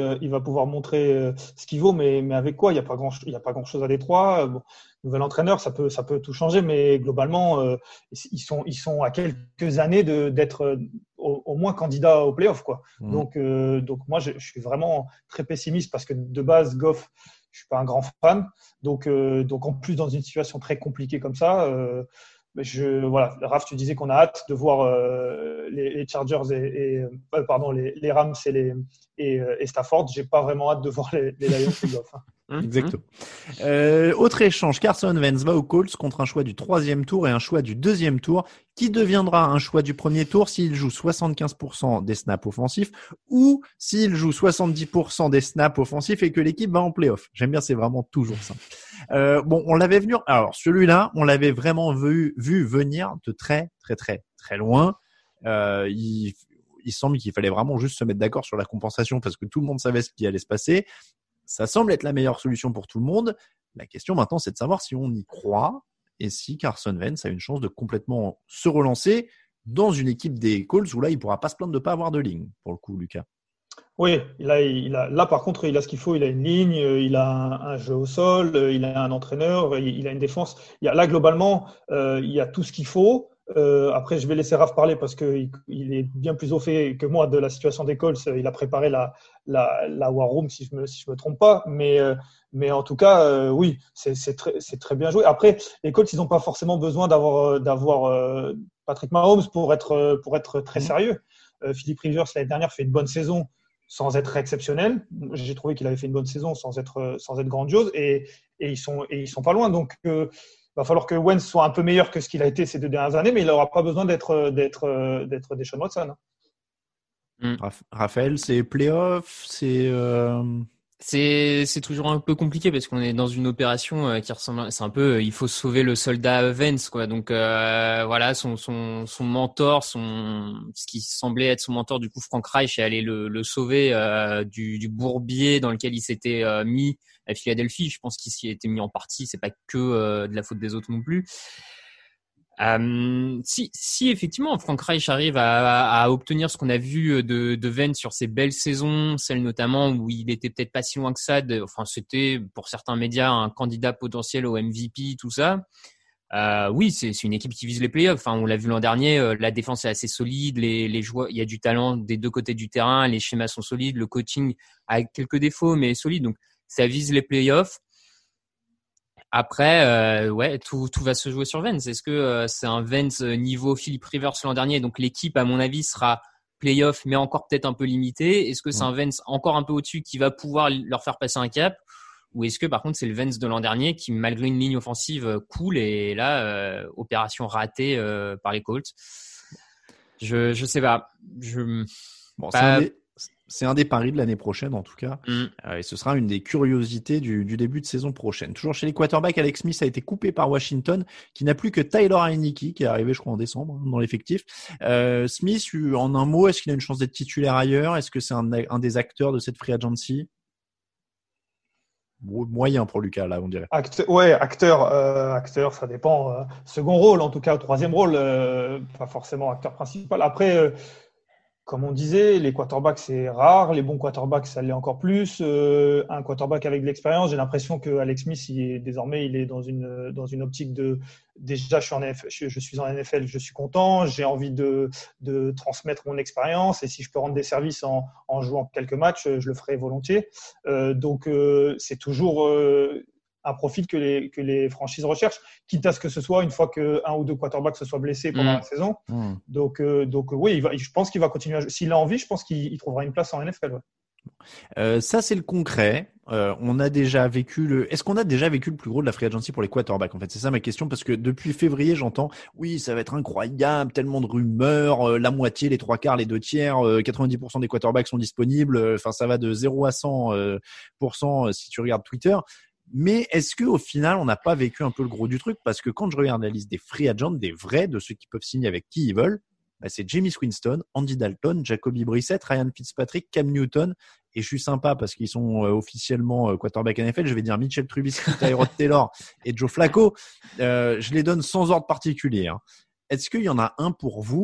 ce qu'il vaut, mais avec quoi? Il y a pas grand chose à Détroit. Bon, nouvel entraîneur, ça peut tout changer, mais globalement, ils sont à quelques années d'être au moins candidat au playoff, quoi. Donc moi, je suis vraiment très pessimiste parce que de base, Goff, je suis pas un grand fan. Donc en plus dans une situation très compliquée comme ça. Voilà, Raph, tu disais qu'on a hâte de voir les Chargers les Rams et Stafford. J'ai pas vraiment hâte de voir les Lions et Goff. Exactement. Autre échange, Carson Wentz va aux Colts contre un choix du 3e tour et un choix du 2e tour qui deviendra un choix du 1er tour s'il joue 75% des snaps offensifs ou s'il joue 70% des snaps offensifs et que l'équipe va en playoff. J'aime bien, c'est vraiment toujours ça. Bon, on l'avait venu. Alors celui-là, on l'avait vraiment vu venir de très très très très loin. Il semble qu'il fallait vraiment juste se mettre d'accord sur la compensation parce que tout le monde savait ce qui allait se passer. Ça semble être la meilleure solution pour tout le monde. La question maintenant, c'est de savoir si on y croit et si Carson Wentz a une chance de complètement se relancer dans une équipe des Colts où là, il pourra pas se plaindre de pas avoir de ligne, pour le coup, Lucas. Oui, là par contre, il a ce qu'il faut. Il a une ligne, il a un jeu au sol, il a un entraîneur, il a une défense. Là, globalement, il y a tout ce qu'il faut. Après, je vais laisser Raph parler parce que il est bien plus au fait que moi de la situation des Colts. Il a préparé la War Room, si je me trompe pas. Mais en tout cas, oui, c'est très bien joué. Après, les Colts, ils n'ont pas forcément besoin d'avoir Patrick Mahomes pour être très sérieux. Philip Rivers l'année dernière fait une bonne saison sans être exceptionnel. J'ai trouvé qu'il avait fait une bonne saison sans être grandiose et ils sont pas loin. Donc va falloir que Wentz soit un peu meilleur que ce qu'il a été ces 2 dernières années, mais il n'aura pas besoin d'être Deshaun Watson. Raphaël, c'est playoff, c'est toujours un peu compliqué parce qu'on est dans une opération qui ressemble, c'est un peu, il faut sauver le soldat Wentz, quoi. Donc voilà, son mentor, ce qui semblait être son mentor, du coup Frank Reich est allé le sauver du bourbier dans lequel il s'était mis à Philadelphie. Je pense qu'il s'y était mis en partie, c'est pas que de la faute des autres non plus. Si effectivement Frank Reich arrive à obtenir ce qu'on a vu de Wentz sur ses belles saisons, celle notamment où il était peut-être pas si loin que ça, c'était pour certains médias un candidat potentiel au MVP, tout ça. Oui, c'est une équipe qui vise les playoffs. Enfin, on l'a vu l'an dernier, la défense est assez solide, les joueurs, il y a du talent des deux côtés du terrain, les schémas sont solides, le coaching a quelques défauts mais solide, donc ça vise les playoffs. Après, tout va se jouer sur Wentz. Est-ce que c'est un Wentz niveau Philip Rivers l'an dernier? Donc l'équipe, à mon avis, sera playoff, mais encore peut-être un peu limitée. Est-ce que c'est un Wentz encore un peu au-dessus qui va pouvoir leur faire passer un cap? Ou est-ce que par contre c'est le Wentz de l'an dernier qui, malgré une ligne offensive cool, et là, opération ratée par les Colts? Je sais pas. C'est un des paris de l'année prochaine, en tout cas. Et ce sera une des curiosités du début de saison prochaine. Toujours chez les quarterbacks, Alex Smith a été coupé par Washington, qui n'a plus que Tyler Heinicke, qui est arrivé, je crois, en décembre, dans l'effectif. Smith, en un mot, est-ce qu'il a une chance d'être titulaire ailleurs? Est-ce que c'est un des acteurs de cette free agency? Moyen pour Lucas, là, on dirait. Acteur, ça dépend. Second rôle, en tout cas, troisième rôle, pas forcément acteur principal. Après, comme on disait, les quarterbacks, c'est rare. Les bons quarterbacks, ça l'est encore plus. Un quarterback avec de l'expérience, j'ai l'impression que Alex Smith, désormais, il est dans une optique de déjà, je suis en NFL, je suis content. J'ai envie de transmettre mon expérience. Et si je peux rendre des services en jouant quelques matchs, je le ferai volontiers. Donc, c'est toujours un profil que les franchises recherchent, quitte à ce que ce soit une fois qu'un ou deux quarterbacks se soient blessés pendant la saison. Donc oui, je pense qu'il va continuer. S'il a envie, je pense qu'il trouvera une place en NFL. Ouais. Ça, c'est le concret. On a déjà vécu Est-ce qu'on a déjà vécu le plus gros de la free agency pour les quarterbacks? En fait, c'est ça ma question, parce que depuis février, j'entends oui, ça va être incroyable, tellement de rumeurs, la moitié, les 3/4, les 2/3, 90% des quarterbacks sont disponibles. Enfin, ça va de 0 à 100% si tu regardes Twitter. Mais est-ce que au final, on n'a pas vécu un peu le gros du truc? Parce que quand je regarde la liste des free agents, des vrais, de ceux qui peuvent signer avec qui ils veulent, c'est Jameis Winston, Andy Dalton, Jacoby Brissett, Ryan Fitzpatrick, Cam Newton. Et je suis sympa parce qu'ils sont officiellement quarterback NFL. Je vais dire Mitchell Trubisky, Tyrod Taylor et Joe Flacco. Je les donne sans ordre particulier. Est-ce qu'il y en a un pour vous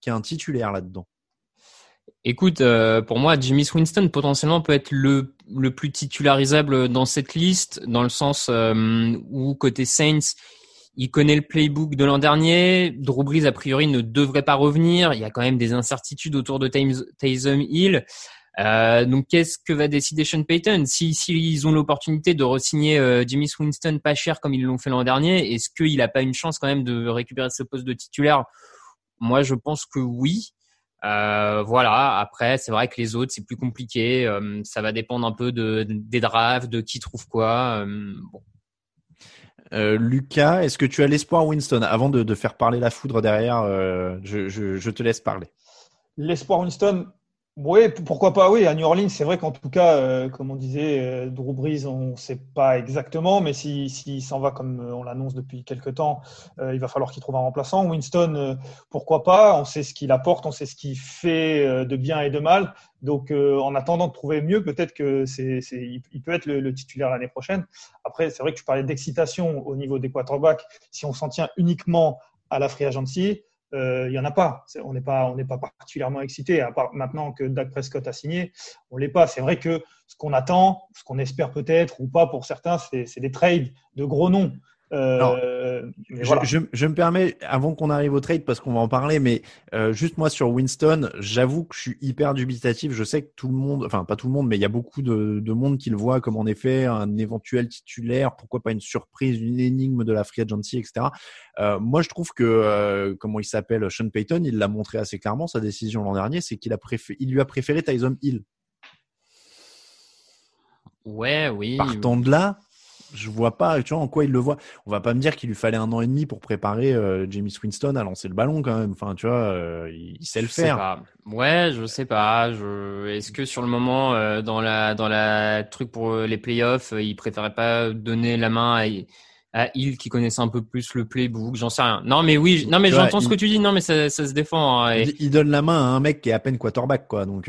qui est un titulaire là-dedans? Écoute, pour moi, Jameis Winston potentiellement peut être le plus titularisable dans cette liste, dans le sens où côté Saints, il connaît le playbook de l'an dernier. Drew Brees, a priori, ne devrait pas revenir. Il y a quand même des incertitudes autour de Taysom Hill. Donc, qu'est-ce que va décider Sean Payton? S'ils ont l'opportunité de re-signer Jameis Winston pas cher comme ils l'ont fait l'an dernier, est-ce qu'il n'a pas une chance quand même de récupérer ce poste de titulaire? Moi, je pense que oui. Voilà. Après, c'est vrai que les autres, c'est plus compliqué. Ça va dépendre un peu des drafts, de qui trouve quoi. Bon. Lucas, est-ce que tu as l'espoir Winston? Avant de faire parler la foudre derrière, je te laisse parler. L'espoir Winston, oui, pourquoi pas, oui. À New Orleans, c'est vrai qu'en tout cas, comme on disait, Drew Brees, on ne sait pas exactement, mais s'il s'en va comme on l'annonce depuis quelques temps, il va falloir qu'il trouve un remplaçant. Winston, pourquoi pas? On sait ce qu'il apporte, on sait ce qu'il fait de bien et de mal. Donc, en attendant de trouver mieux, peut-être que il peut être le titulaire l'année prochaine. Après, c'est vrai que tu parlais d'excitation au niveau des quarterbacks. Si on s'en tient uniquement à la free agency, il y en a pas. On n'est pas particulièrement excité. À part maintenant que Dak Prescott a signé, on l'est pas. C'est vrai que ce qu'on attend, ce qu'on espère peut-être ou pas pour certains, c'est des trades de gros noms. Voilà. Je me permets, avant qu'on arrive au trade, parce qu'on va en parler, mais juste moi sur Winston, j'avoue que je suis hyper dubitatif. Je sais que tout le monde, enfin pas tout le monde, mais il y a beaucoup de monde qui le voit comme en effet un éventuel titulaire, pourquoi pas une surprise, une énigme de la free agency, etc. Moi je trouve que, comment il s'appelle, Sean Payton, il l'a montré assez clairement, sa décision l'an dernier, c'est qu'il lui a préféré Taysom Hill. Ouais, oui. Partant de là, je vois pas, tu vois, en quoi il le voit. On va pas me dire qu'il lui fallait 1 an et demi pour préparer Jameis Winston à lancer le ballon quand même. Enfin, tu vois, il sait le faire. Pas. Ouais, je sais pas. Est-ce que sur le moment, dans la truc pour les playoffs, il préférait pas donner la main à Hill qui connaissait un peu plus le playbook? J'en sais rien. Non, mais oui. Non, mais j'entends ce que tu dis. Non, mais ça se défend. Hein, il donne la main à un mec qui est à peine quarterback, quoi. Donc.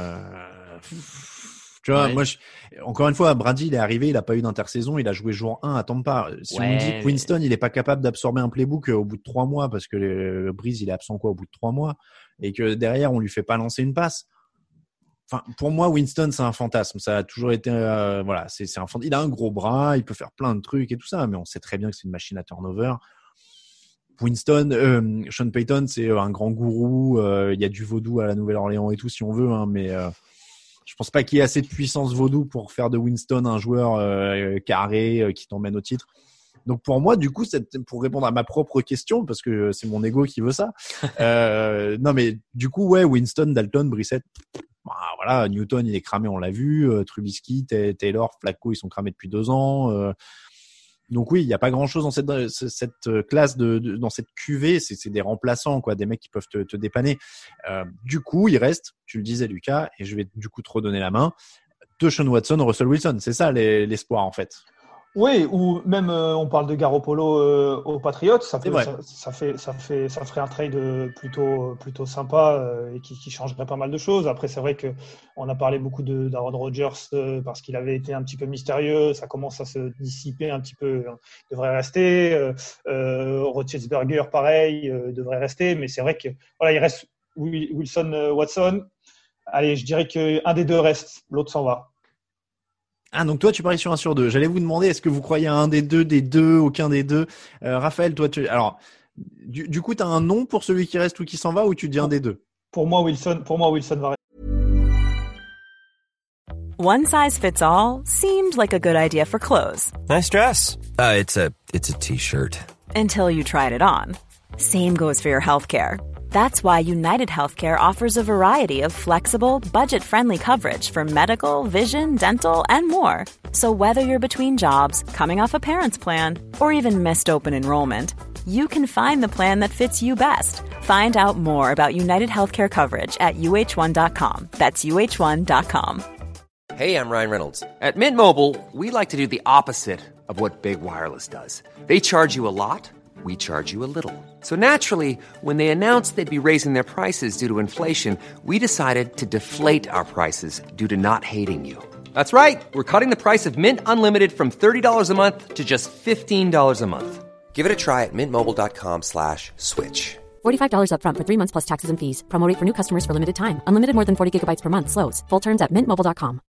Tu vois, moi, encore une fois, Brady, il est arrivé, il a pas eu d'intersaison, il a joué jour 1 à Tampa. Si on me dit que Winston, il est pas capable d'absorber un playbook au bout de 3 mois, parce que Breeze, il est absent au bout de 3 mois, et que derrière, on lui fait pas lancer une passe. Enfin, pour moi, Winston, c'est un fantasme. Ça a toujours été, voilà, c'est un fantasme. Il a un gros bras, il peut faire plein de trucs et tout ça, mais on sait très bien que c'est une machine à turnover. Winston, Sean Payton, c'est un grand gourou. Il y a du vaudou à la Nouvelle-Orléans et tout, si on veut, hein, mais je pense pas qu'il y ait assez de puissance vaudou pour faire de Winston un joueur carré qui t'emmène au titre. Donc pour moi, du coup, pour répondre à ma propre question, parce que c'est mon ego qui veut ça. Non, mais du coup, ouais, Winston, Dalton, Brissett, voilà, Newton, il est cramé, on l'a vu. Trubisky, Taylor, Flacco, ils sont cramés depuis 2 ans. Donc oui, il n'y a pas grand-chose dans cette classe dans cette cuvée. C'est des remplaçants, quoi, des mecs qui peuvent te dépanner. Du coup, il reste, tu le disais, Lucas, et je vais du coup te redonner la main, Deshaun Watson, Russell Wilson. C'est ça l'espoir, en fait. Oui, ou même on parle de Garoppolo aux Patriots, ça ferait un trade plutôt sympa et qui changerait pas mal de choses. Après, c'est vrai que on a parlé beaucoup d'Aaron Rodgers parce qu'il avait été un petit peu mystérieux, ça commence à se dissiper un petit peu, il devrait rester. Roethlisberger, pareil, devrait rester, mais c'est vrai que voilà, il reste Wilson, Watson. Allez, je dirais qu'un des deux reste, l'autre s'en va. Ah, donc toi, tu paries sur 1 sur 2. J'allais vous demander, est-ce que vous croyez à un des deux, aucun des deux? Raphaël, toi, alors, du coup, tu as un nom pour celui qui reste ou qui s'en va, ou tu dis un des deux? Pour moi, Wilson va rester. One size fits all seemed like a good idea for clothes. Nice dress. It's a t-shirt. Until you tried it on. Same goes for your healthcare. That's why United Healthcare offers a variety of flexible, budget-friendly coverage for medical, vision, dental, and more. So whether you're between jobs, coming off a parent's plan, or even missed open enrollment, you can find the plan that fits you best. Find out more about United Healthcare coverage at uh1.com. That's uh1.com. Hey, I'm Ryan Reynolds. At Mint Mobile, we like to do the opposite of what Big Wireless does. They charge you a lot. We charge you a little. So naturally, when they announced they'd be raising their prices due to inflation, we decided to deflate our prices due to not hating you. That's right. We're cutting the price of Mint Unlimited from $30 a month to just $15 a month. Give it a try at mintmobile.com/switch. $45 up front for 3 months plus taxes and fees. Promo rate for new customers for limited time. Unlimited more than 40 gigabytes per month. Slows full terms at mintmobile.com.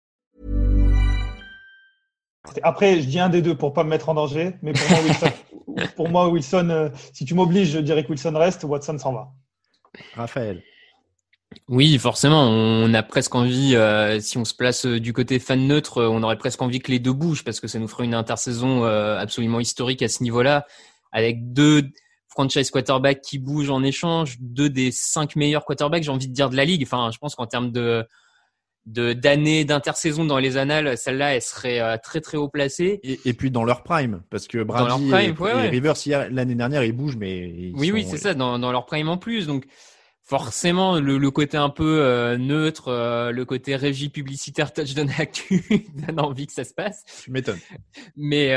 Après, je dis un des deux pour pas me mettre en danger, mais pour moi, Wilson, si tu m'obliges, je dirais que Wilson reste, Watson s'en va. Raphaël. Oui, forcément, on a presque envie, si on se place du côté fan neutre, on aurait presque envie que les deux bougent parce que ça nous ferait une intersaison absolument historique à ce niveau-là, avec 2 franchise quarterbacks qui bougent en échange, 2 des 5 meilleurs quarterbacks, j'ai envie de dire de la ligue. Enfin, je pense qu'en termes d'années d'intersaison dans les annales, celle-là, elle serait très très haut placée. Et puis dans leur prime, parce que Brady et Rivers, l'année dernière, ils bougent, mais oui, c'est ça, dans leur prime en plus. Donc forcément, le côté un peu neutre, le côté régie publicitaire touchdown actu donne envie que ça se passe. Tu m'étonnes. Mais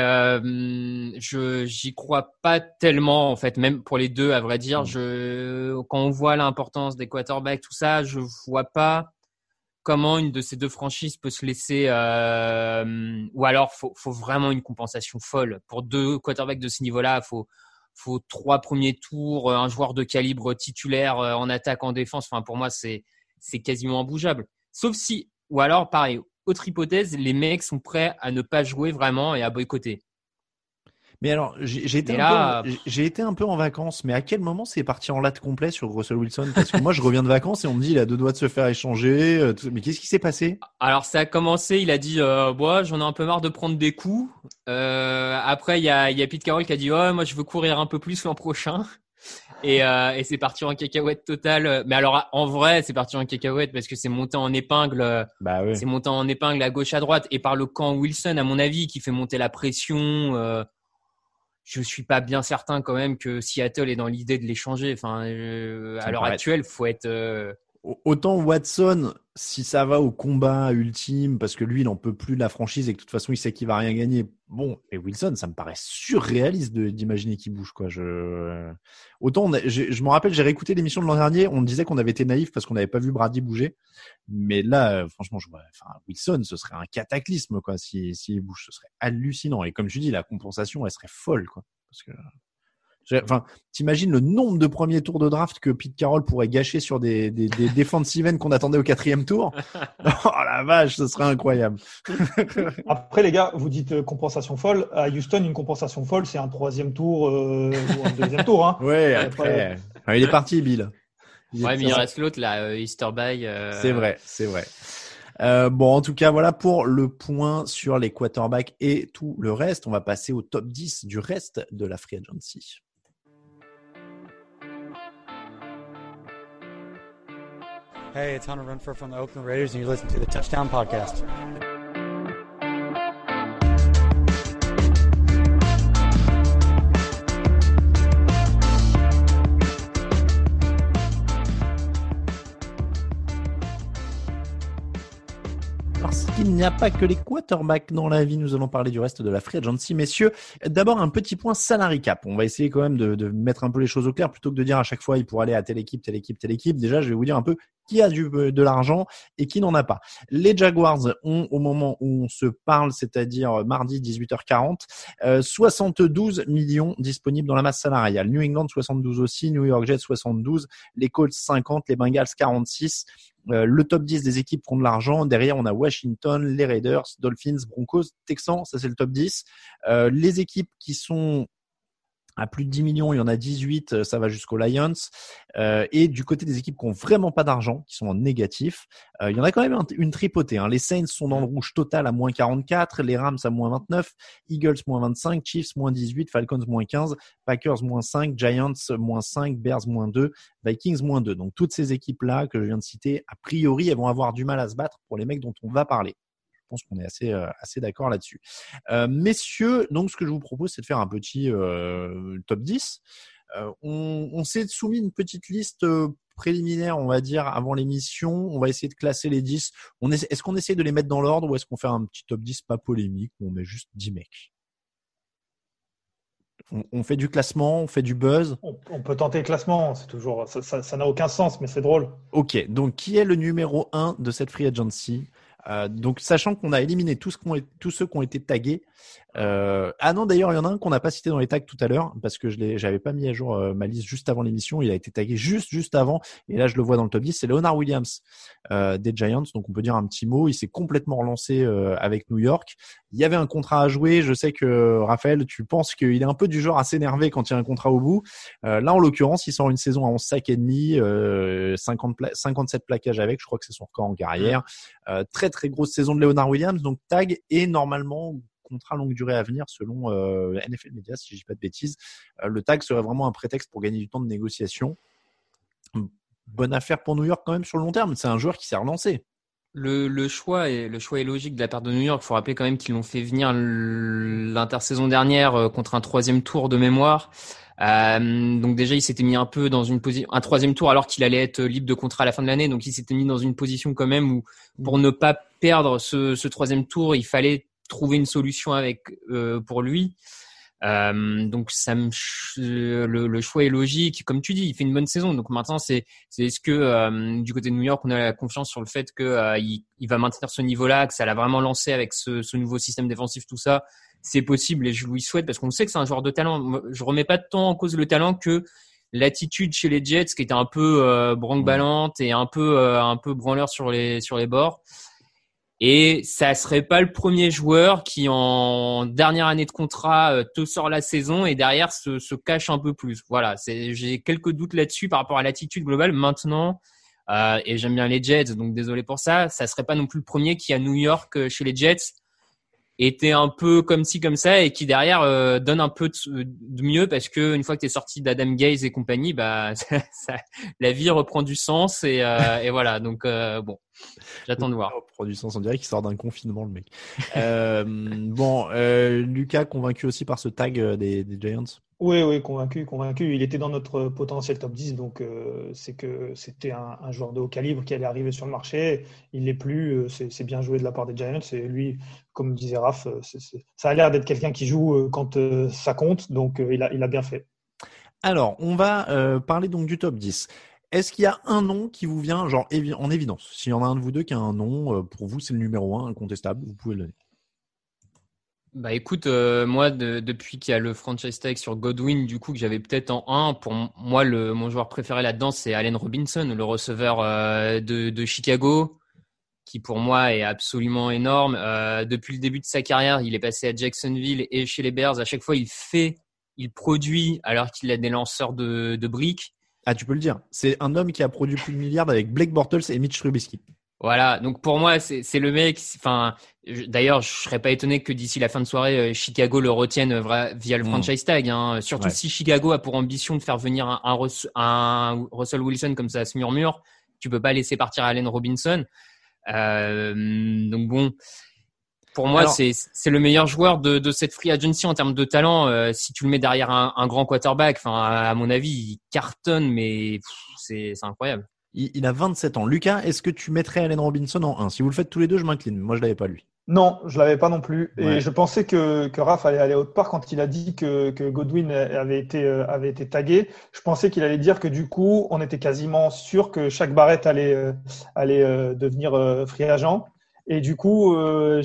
j'y crois pas tellement, en fait, même pour les deux, à vrai dire. Quand on voit l'importance des quarterbacks, tout ça, je vois pas comment une de ces deux franchises peut se laisser, ou alors faut vraiment une compensation folle. Pour 2 quarterbacks de ce niveau-là, faut 3 premiers tours, un joueur de calibre titulaire en attaque, en défense. Enfin, pour moi, c'est quasiment imbougeable. Sauf si, ou alors, pareil, autre hypothèse, les mecs sont prêts à ne pas jouer vraiment et à boycotter. Mais alors, j'ai été un peu en vacances, mais à quel moment c'est parti en latte complet sur Russell Wilson? Parce que moi, je reviens de vacances et on me dit il a 2 doigts de se faire échanger. Mais qu'est-ce qui s'est passé? Alors, ça a commencé, il a dit j'en ai un peu marre de prendre des coups. Après, il y a Pete Carroll qui a dit moi, je veux courir un peu plus l'an prochain. Et c'est parti en cacahuète totale. Mais alors, en vrai, c'est parti en cacahuète parce que c'est monté en épingle. Oui. C'est monté en épingle à gauche, à droite. Et par le camp Wilson, à mon avis, qui fait monter la pression. Je suis pas bien certain quand même que Seattle est dans l'idée de l'échanger. Enfin, à l'heure actuelle, faut être. Autant Watson, si ça va au combat ultime, parce que lui, il en peut plus de la franchise et que de toute façon, il sait qu'il va rien gagner. Bon, et Wilson, ça me paraît surréaliste d'imaginer qu'il bouge, quoi. Autant, je me rappelle, j'ai réécouté l'émission de l'an dernier, on disait qu'on avait été naïf parce qu'on n'avait pas vu Brady bouger. Mais là, franchement, Wilson, ce serait un cataclysme, quoi. S'il bouge, ce serait hallucinant. Et comme tu dis, la compensation, elle serait folle, quoi. Parce que. T'imagines le nombre de premiers tours de draft que Pete Carroll pourrait gâcher sur des defensive ends qu'on attendait au 4e tour. Oh la vache, ce serait incroyable. Après, les gars, vous dites compensation folle. À Houston, une compensation folle, c'est un 3e tour ou un 2e tour. Hein. Ouais, après. Il est parti, Bill. Mais il reste l'autre, là, Easter Bye. C'est vrai. Bon, en tout cas, voilà pour le point sur les quarterbacks et tout le reste. On va passer au top 10 du reste de la free agency. Hey, it's Hunter Renfrow from the Oakland Raiders, and you're listening to the Touchdown Podcast. Parce qu'il n'y a pas que les quarterbacks dans la vie, nous allons parler du reste de la free agency. Messieurs, d'abord un petit point salary cap. On va essayer quand même de mettre un peu les choses au clair plutôt que de dire à chaque fois il pourrait aller à telle équipe. Déjà, je vais vous dire un peu qui a de l'argent et qui n'en a pas. Les Jaguars ont, au moment où on se parle, c'est-à-dire mardi 18h40, 72 millions disponibles dans la masse salariale. New England 72 aussi, New York Jets 72, les Colts 50, les Bengals 46. Le top 10 des équipes qui ont de l'argent. Derrière, on a Washington, les Raiders, Dolphins, Broncos, Texans. Ça, c'est le top 10. Les équipes qui sont à plus de 10 millions, il y en a 18, ça va jusqu'aux Lions. Et du côté des équipes qui n'ont vraiment pas d'argent, qui sont en négatif, il y en a quand même une tripotée. Les Saints sont dans le rouge total à moins 44, les Rams à moins 29, Eagles moins 25, Chiefs moins 18, Falcons moins 15, Packers moins 5, Giants moins 5, Bears moins 2, Vikings moins 2. Donc toutes ces équipes-là que je viens de citer, a priori, elles vont avoir du mal à se battre pour les mecs dont on va parler. Je pense qu'on est assez d'accord là-dessus. Messieurs, donc ce que je vous propose, c'est de faire un petit top 10. On s'est soumis une petite liste préliminaire, on va dire, avant l'émission. On va essayer de classer les 10. Est-ce qu'on essaie de les mettre dans l'ordre ou est-ce qu'on fait un petit top 10 pas polémique où on met juste 10 mecs? On fait du classement, on fait du buzz. On peut tenter le classement, c'est toujours ça n'a aucun sens, mais c'est drôle. Ok, donc qui est le numéro 1 de cette free agency? Donc, sachant qu'on a éliminé tous ceux qui ont été tagués. Ah non, d'ailleurs, il y en a un qu'on n'a pas cité dans les tags tout à l'heure parce que j'avais pas mis à jour ma liste juste avant l'émission. Il a été tagué juste avant. Et là, je le vois dans le top 10. C'est Leonard Williams des Giants. Donc, on peut dire un petit mot. Il s'est complètement relancé avec New York. Il y avait un contrat à jouer. Je sais que Raphaël, tu penses qu'il est un peu du genre à s'énerver quand il y a un contrat au bout. Là, en l'occurrence, il sort une saison à 11 sacs et demi, 57 plaquages avec. Je crois que c'est son record en carrière. Très très grosse saison de Leonard Williams. Donc, tag et normalement contrat longue durée à venir selon NFL Media, si je dis pas de bêtises. Le tag serait vraiment un prétexte pour gagner du temps de négociation. Bonne affaire pour New York quand même sur le long terme. C'est un joueur qui s'est relancé. Le choix est logique de la part de New York. Il faut rappeler quand même qu'ils l'ont fait venir l'intersaison dernière contre un 3e tour de mémoire. Donc déjà, il s'était mis un peu dans un 3e tour alors qu'il allait être libre de contrat à la fin de l'année. Donc il s'était mis dans une position quand même où pour ne pas perdre ce 3e tour, il fallait trouver une solution pour lui. Donc le choix est logique. Comme tu dis, il fait une bonne saison. Donc maintenant, c'est est-ce que du côté de New York, on a la confiance sur le fait que il va maintenir ce niveau-là, que ça l'a vraiment lancé avec ce nouveau système défensif, tout ça. C'est possible et je lui souhaite parce qu'on sait que c'est un joueur de talent. Moi, je remets pas tant en cause le talent que l'attitude chez les Jets qui était un peu branque-ballante et un peu branleur sur les bords. Et ça serait pas le premier joueur qui, en dernière année de contrat, te sort la saison et derrière se cache un peu plus. Voilà, j'ai quelques doutes là-dessus par rapport à l'attitude globale. Maintenant, et j'aime bien les Jets, donc désolé pour ça, ça serait pas non plus le premier qui, à New York, chez les Jets, était un peu comme ci, comme ça et qui derrière donne un peu de mieux parce que une fois que t'es sorti d'Adam Gaze et compagnie, la vie reprend du sens et voilà. Donc bon, j'attends de voir. Reprend du sens, on dirait qu'il sort d'un confinement le mec. Lucas, convaincu aussi par ce tag des Giants? Oui, convaincu. Il était dans notre potentiel top 10, donc c'est que c'était un joueur de haut calibre qui allait arriver sur le marché. Il l'est plus, c'est bien joué de la part des Giants. Et lui, comme disait Raph, ça a l'air d'être quelqu'un qui joue quand ça compte, donc il a bien fait. Alors, on va parler donc du top 10. Est-ce qu'il y a un nom qui vous vient genre en évidence? S'il y en a un de vous deux qui a un nom, pour vous, c'est le numéro 1, incontestable, vous pouvez le donner. Bah écoute, moi depuis qu'il y a le franchise tag sur Godwin, du coup que j'avais peut-être en 1, pour moi mon joueur préféré là-dedans c'est Allen Robinson, le receveur de Chicago, qui pour moi est absolument énorme. Depuis le début de sa carrière, il est passé à Jacksonville et chez les Bears. À chaque fois, il produit alors qu'il a des lanceurs de briques. Ah, tu peux le dire. C'est un homme qui a produit plus de milliards avec Blake Bortles et Mitch Trubisky. Voilà, donc pour moi c'est le mec. Enfin, d'ailleurs, je serais pas étonné que d'ici la fin de soirée, Chicago le retienne via le franchise tag. Hein. Surtout si Chicago a pour ambition de faire venir un Russell Wilson comme ça se murmure, tu peux pas laisser partir Allen Robinson. Donc bon, pour moi c'est le meilleur joueur de cette free agency en termes de talent. Si tu le mets derrière un grand quarterback, enfin à mon avis, il cartonne, mais c'est incroyable. Il a 27 ans. Lucas, est-ce que tu mettrais Allen Robinson en 1? Si vous le faites tous les deux, je m'incline. Moi, je l'avais pas lui. Non, je l'avais pas non plus. Et Ouais. je pensais que Raph allait aller autre part quand il a dit que Godwin avait été tagué. Je pensais qu'il allait dire que du coup, on était quasiment sûr que Shaq Barrett allait devenir free agent. Et du coup,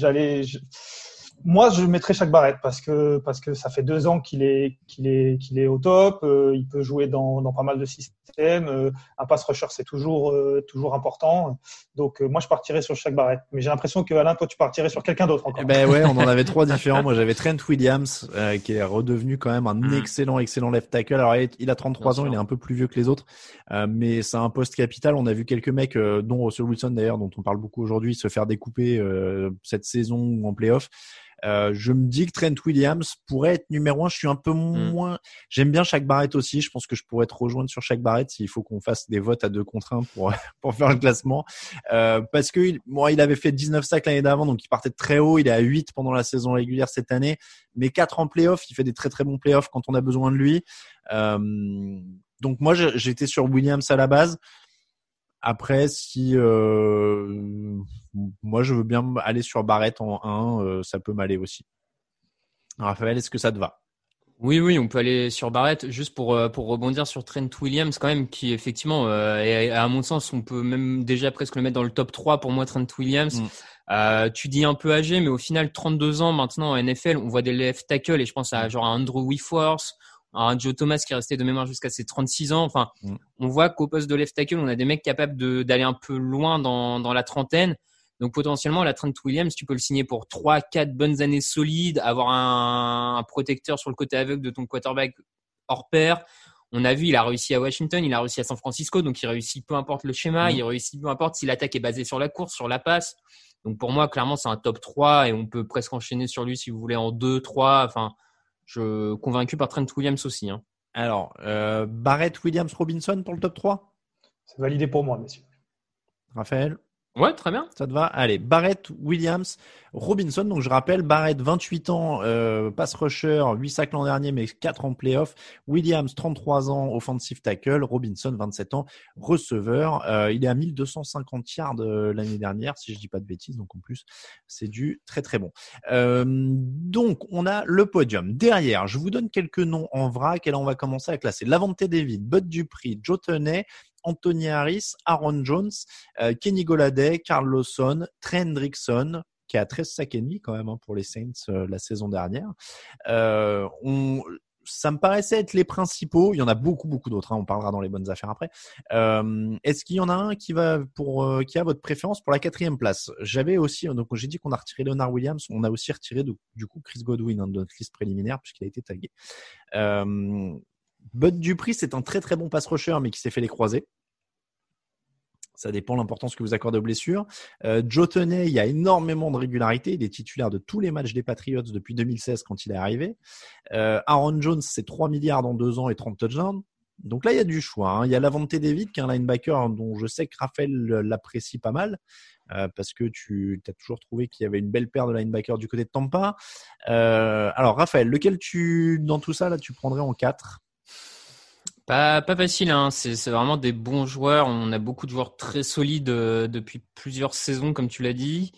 moi, je mettrais Shaq Barrett parce que ça fait 2 ans qu'il est au top. Il peut jouer dans pas mal de systèmes. Un pass rusher, c'est toujours important. Donc, moi, je partirais sur Shaq Barrett. Mais j'ai l'impression que Alain, toi, tu partirais sur quelqu'un d'autre encore. Ben ouais, on en avait 3 différents. Moi, j'avais Trent Williams, qui est redevenu quand même un excellent left tackle. Alors, il a 33 ans, il est un peu plus vieux que les autres, mais c'est un poste capital. On a vu quelques mecs, dont Russell Wilson d'ailleurs, dont on parle beaucoup aujourd'hui, se faire découper cette saison en playoff. Je me dis que Trent Williams pourrait être numéro 1. Je suis un peu moins. J'aime bien Shaq Barrett aussi. Je pense que je pourrais te rejoindre sur Shaq Barrett s'il faut qu'on fasse des votes à 2 contre 1 pour faire le classement. Parce que il avait fait 19 sacs l'année d'avant, donc il partait de très haut. Il est à 8 pendant la saison régulière cette année, mais 4 en playoff. Il fait des très très bons playoffs quand on a besoin de lui. Donc moi, j'étais sur Williams à la base. Après, si moi je veux bien aller sur Barrett en 1, ça peut m'aller aussi. Raphaël, est-ce que ça te va? Oui, on peut aller sur Barrett. Juste pour rebondir sur Trent Williams quand même, qui effectivement, à mon sens, on peut même déjà presque le mettre dans le top 3 pour moi, Trent Williams. Tu dis un peu âgé, mais au final, 32 ans maintenant en NFL, on voit des left tackle et je pense à genre à Andrew Whitworth, à un Joe Thomas qui est resté de mémoire jusqu'à ses 36 ans. Enfin, on voit qu'au poste de left tackle, on a des mecs capables d'aller un peu loin dans la trentaine. Donc potentiellement, la Trent Williams, tu peux le signer pour 3-4 bonnes années solides, avoir un protecteur sur le côté aveugle de ton quarterback hors pair. On a vu, il a réussi à Washington, il a réussi à San Francisco, donc il réussit peu importe le schéma, il réussit peu importe si l'attaque est basée sur la course, sur la passe. Donc pour moi, clairement, c'est un top 3 et on peut presque enchaîner sur lui si vous voulez en 2, 3. Enfin, je suis convaincu par Trent Williams aussi. Hein. Alors, Barrett, Williams, Robinson pour le top 3 ? C'est validé pour moi, messieurs. Raphaël ? Ouais, très bien. Ça te va ? Allez, Barrett, Williams, Robinson. Donc, je rappelle, Barrett, 28 ans, pass rusher, 8 sacs l'an dernier, mais 4 en playoff. Williams, 33 ans, offensive tackle. Robinson, 27 ans, receveur. Il est à 1250 yards l'année dernière, si je dis pas de bêtises. Donc, en plus, c'est du très, très bon. Donc, on a le podium. Derrière, je vous donne quelques noms en vrac et là, on va commencer à classer. Lavonte David, Bud Dupree, Joe Thuney, Anthony Harris, Aaron Jones, Kenny Golladay, Carl Lawson, Trey Hendrickson, qui a 13 sacs et demi quand même pour les Saints la saison dernière. Ça me paraissait être les principaux. Il y en a beaucoup d'autres. On parlera dans les bonnes affaires après. Est-ce qu'il y en a un qui a votre préférence pour la 4e place ? J'avais aussi, donc j'ai dit qu'on a retiré Leonard Williams. On a aussi retiré du coup Chris Godwin de notre liste préliminaire puisqu'il a été tagué. Bud Dupree, c'est un très très bon pass rusher, mais qui s'est fait les croisés. Ça dépend de l'importance que vous accordez aux blessures. Joe Thuney, il y a énormément de régularité. Il est titulaire de tous les matchs des Patriots depuis 2016 quand il est arrivé. Aaron Jones, c'est 3 milliards en 2 ans et 30 touchdowns. Donc là, il y a du choix. Hein. Il y a Lavonte David, qui est un linebacker dont je sais que Raphaël l'apprécie pas mal. Parce que tu as toujours trouvé qu'il y avait une belle paire de linebackers du côté de Tampa. Alors, Raphaël, lequel dans tout ça, là, tu prendrais en 4 ? Pas facile, hein. C'est vraiment des bons joueurs. On a beaucoup de joueurs très solides depuis plusieurs saisons, comme tu l'as dit.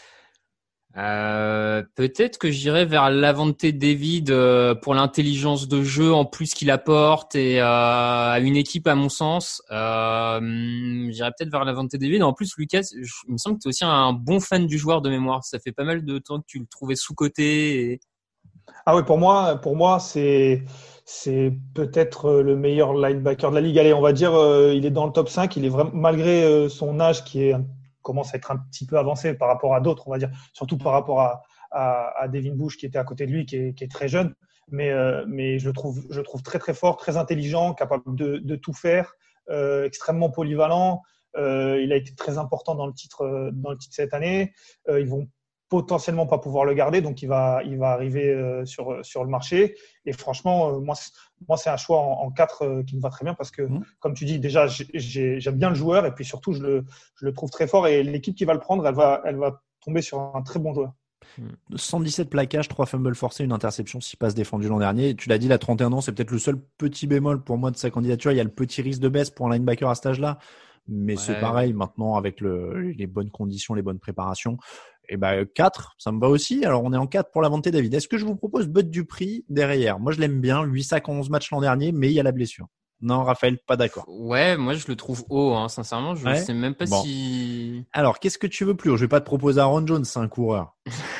Peut-être que j'irais vers Lavonte David pour l'intelligence de jeu en plus qu'il apporte et à une équipe, à mon sens. J'irais peut-être vers Lavonte David. En plus, Lucas, il me semble que tu es aussi un bon fan du joueur de mémoire. Ça fait pas mal de temps que tu le trouvais sous-coté. Et... Ah oui, pour moi, c'est peut-être le meilleur linebacker de la ligue. Allez, on va dire, il est dans le top 5. Il est vraiment, malgré son âge qui commence à être un petit peu avancé par rapport à d'autres, on va dire, surtout par rapport à Devin Bush qui était à côté de lui, qui est très jeune. Mais je le trouve très très fort, très intelligent, capable de tout faire, extrêmement polyvalent. Il a été très important dans le titre cette année. Ils vont potentiellement pas pouvoir le garder, donc il va arriver sur le marché. Et franchement, moi c'est un choix en 4 qui me va très bien parce que, comme tu dis, déjà j'aime bien le joueur et puis surtout je le trouve très fort et l'équipe qui va le prendre, elle va tomber sur un très bon joueur. 117 plaquages, 3 fumbles forcés, une interception, 6 passes défendues l'an dernier. Tu l'as dit, il a 31 ans, c'est peut-être le seul petit bémol pour moi de sa candidature. Il y a le petit risque de baisse pour un linebacker à cet âge-là, mais c'est pareil maintenant avec les bonnes conditions, les bonnes préparations. Et 4, ça me va aussi. Alors, on est en 4 pour Lavonte David. Est-ce que je vous propose Bud Dupree derrière ? Moi, je l'aime bien. 8 sacs en 11 matchs l'an dernier, mais il y a la blessure. Non, Raphaël, pas d'accord. Ouais, moi, je le trouve haut, hein. Sincèrement, je sais même pas si... Alors, qu'est-ce que tu veux plus haut ? Je vais pas te proposer Aaron Jones, c'est un coureur.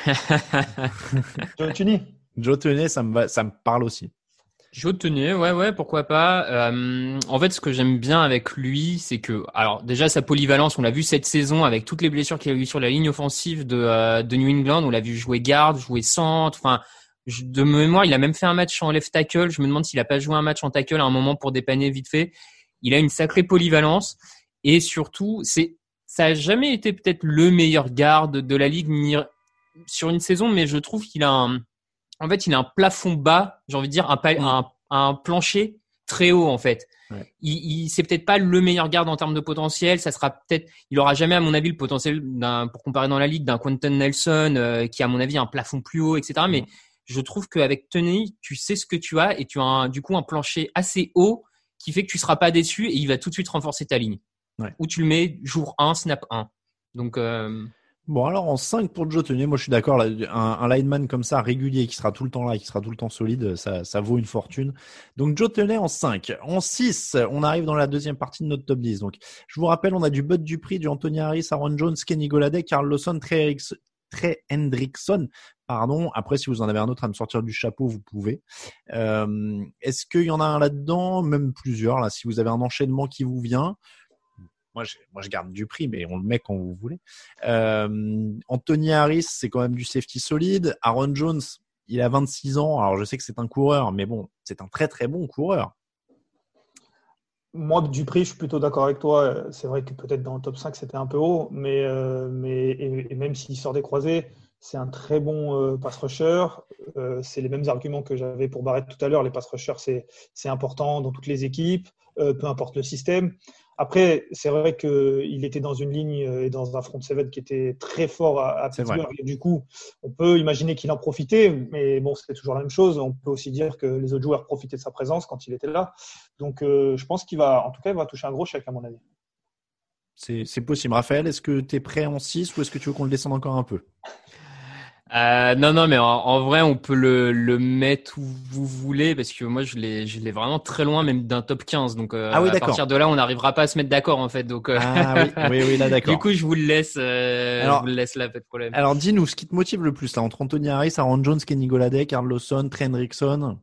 Joe Thuney, ça me parle aussi. Joe Thuney, ouais, pourquoi pas. En fait, ce que j'aime bien avec lui, c'est que, alors déjà sa polyvalence, on l'a vu cette saison avec toutes les blessures qu'il a eues sur la ligne offensive de New England. On l'a vu jouer garde, jouer centre. Enfin, de mémoire, il a même fait un match en left tackle. Je me demande s'il a pas joué un match en tackle à un moment pour dépanner vite fait. Il a une sacrée polyvalence et surtout, ça a jamais été peut-être le meilleur garde de la ligue sur une saison, mais je trouve qu'il a il a un plafond bas, j'ai envie de dire, un plancher très haut, en fait. Ouais. C'est peut-être pas le meilleur garde en termes de potentiel. Il aura jamais, à mon avis, le potentiel pour comparer dans la ligue d'un Quentin Nelson, qui, à mon avis, a un plafond plus haut, etc. Mais je trouve qu'avec Thuney, tu sais ce que tu as et tu as du coup un plancher assez haut qui fait que tu seras pas déçu et il va tout de suite renforcer ta ligne. Ouais. Ou tu le mets jour 1, snap 1. Donc, Bon, alors en 5 pour Joe Toney, moi je suis d'accord, là, un lineman comme ça, régulier, qui sera tout le temps là, et qui sera tout le temps solide, ça vaut une fortune. Donc Joe Toney en 5. En 6, on arrive dans la deuxième partie de notre top 10. Donc je vous rappelle, on a du Bud Dupree, du Anthony Harris, Aaron Jones, Kenny Golladay, Carl Lawson, Trey Hendrickson. Pardon. Après, si vous en avez un autre à me sortir du chapeau, vous pouvez. Est-ce qu'il y en a un là-dedans? Même plusieurs, là, si vous avez un enchaînement qui vous vient. Moi, je garde Dupree, mais on le met quand vous voulez. Anthony Harris, c'est quand même du safety solide. Aaron Jones, il a 26 ans. Alors, je sais que c'est un coureur, mais bon, c'est un très, très bon coureur. Moi, Dupree, je suis plutôt d'accord avec toi. C'est vrai que peut-être dans le top 5, c'était un peu haut, mais même s'il sort des croisés, c'est un très bon pass rusher. C'est les mêmes arguments que j'avais pour Barrett tout à l'heure. Les pass rushers, c'est important dans toutes les équipes, peu importe le système. Après, c'est vrai qu'il était dans une ligne et dans un front seven qui était très fort à Pittsburgh. Et du coup, on peut imaginer qu'il en profitait, mais bon, c'est toujours la même chose. On peut aussi dire que les autres joueurs profitaient de sa présence quand il était là. Donc, je pense il va toucher un gros chèque, à mon avis. C'est possible. Raphaël, est-ce que tu es prêt en 6 ou est-ce que tu veux qu'on le descende encore un peu? Non, mais en vrai, on peut le mettre où vous voulez parce que moi, je l'ai vraiment très loin, même d'un top 15. Donc, à partir de là, on n'arrivera pas à se mettre d'accord, en fait. Donc, oui, là, d'accord. Du coup, je vous le laisse, je vous le laisse là, pas de problème. Alors, dis-nous, ce qui te motive le plus, là, entre Anthony Harris, Aaron Jones, Kenny Golladay, Carl Lawson, Trey Hendrickson.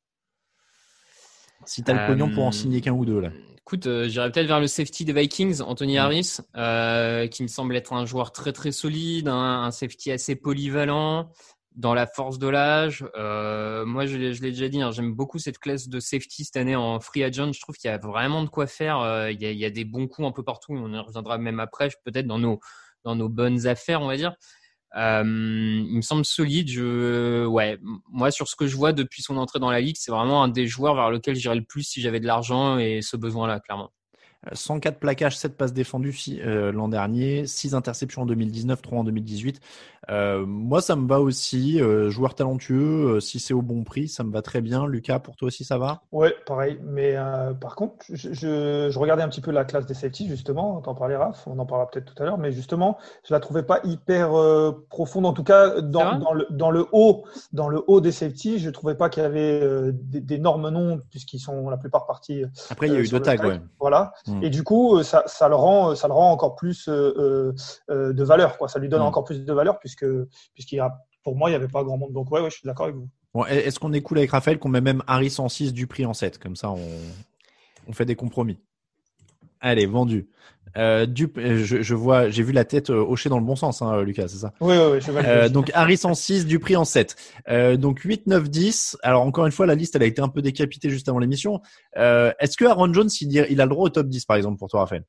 Si t'as le pognon pour en signer qu'un ou deux, là. Écoute, j'irais peut-être vers le safety des Vikings, Anthony Harris, qui me semble être un joueur très très solide, un safety assez polyvalent, dans la force de l'âge. Moi, je l'ai déjà dit, j'aime beaucoup cette classe de safety cette année en free agent. Je trouve qu'il y a vraiment de quoi faire. Il y a des bons coups un peu partout. On y reviendra même après, peut-être dans nos bonnes affaires, on va dire. Il me semble solide. Moi, sur ce que je vois depuis son entrée dans la ligue, c'est vraiment un des joueurs vers lequel j'irais le plus si j'avais de l'argent et ce besoin-là, clairement. 104 plaquages, 7 passes défendues l'an dernier, 6 interceptions en 2019, 3 en 2018. Moi, ça me va aussi. Joueur talentueux, si c'est au bon prix, ça me va très bien. Lucas, pour toi aussi, ça va? Ouais, pareil. Mais par contre, je regardais un petit peu la classe des safety, justement. T'en parlais, Raph. On en parlera peut-être tout à l'heure. Mais justement, je la trouvais pas hyper profonde. En tout cas, dans le haut des safety, je trouvais pas qu'il y avait d'énormes noms, puisqu'ils sont la plupart partis. Après, il y a eu 2 tags, ouais. Voilà. Et du coup, ça le rend encore plus de valeur, quoi. Ça lui donne encore plus de valeur puisqu'il y a, pour moi, il n'y avait pas grand monde. Donc, ouais, je suis d'accord avec vous. Bon, est-ce qu'on est cool avec Raphaël qu'on met même Harris en 6, Dupree en 7? Comme ça, on fait des compromis. Allez, vendu. J'ai vu la tête hocher dans le bon sens, Lucas, c'est ça? Oui, je valide. Donc, Harris en 6, Dupree en 7. Donc, 8, 9, 10. Alors, encore une fois, la liste, elle a été un peu décapitée juste avant l'émission. Est-ce que Aaron Jones, il a le droit au top 10, par exemple, pour toi, Raphaël?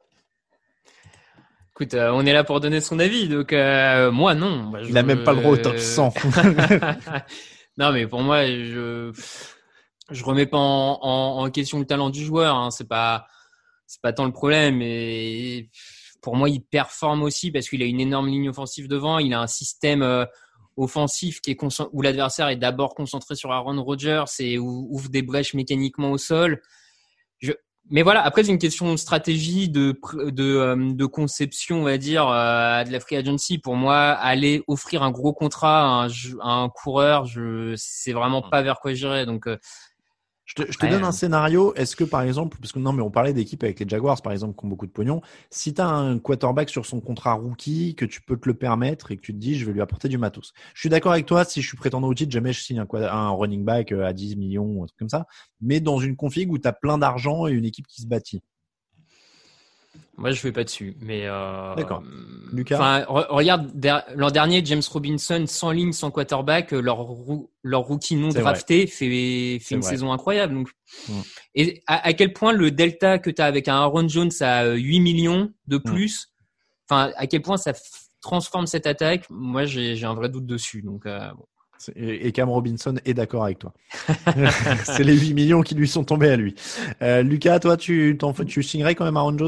Écoute, on est là pour donner son avis, donc moi, non. Il a même pas le droit au top 100. Non, mais pour moi, je remets pas en question le talent du joueur, c'est pas tant le problème. Et pour moi, il performe aussi parce qu'il a une énorme ligne offensive devant. Il a un système offensif qui est où l'adversaire est d'abord concentré sur Aaron Rodgers et ouvre des brèches mécaniquement au sol. Mais voilà, après c'est une question de stratégie, de conception, on va dire, de la free agency. Pour moi, aller offrir un gros contrat à un coureur, c'est vraiment pas vers quoi j'irais. Donc Je te donne un scénario. Est-ce que, par exemple, parce que non, mais on parlait d'équipes avec les Jaguars, par exemple, qui ont beaucoup de pognon. Si tu as un quarterback sur son contrat rookie, que tu peux te le permettre et que tu te dis, je vais lui apporter du matos. Je suis d'accord avec toi. Si je suis prétendant au titre, jamais je signe un running back à 10 millions ou un truc comme ça. Mais dans une config où tu as plein d'argent et une équipe qui se bâtit. Moi, je vais pas dessus, mais d'accord. Lucas. Regarde, l'an dernier, James Robinson, sans ligne, sans quarterback, leur rookie non drafté fait une saison incroyable. Donc, et à quel point le delta que tu as avec un Aaron Jones à 8 millions de plus, à quel point ça transforme cette attaque, moi, j'ai un vrai doute dessus. Donc, bon. Et Cam Robinson est d'accord avec toi. C'est les 8 millions qui lui sont tombés à lui. Lucas, toi, tu signerais quand même Aaron Jones?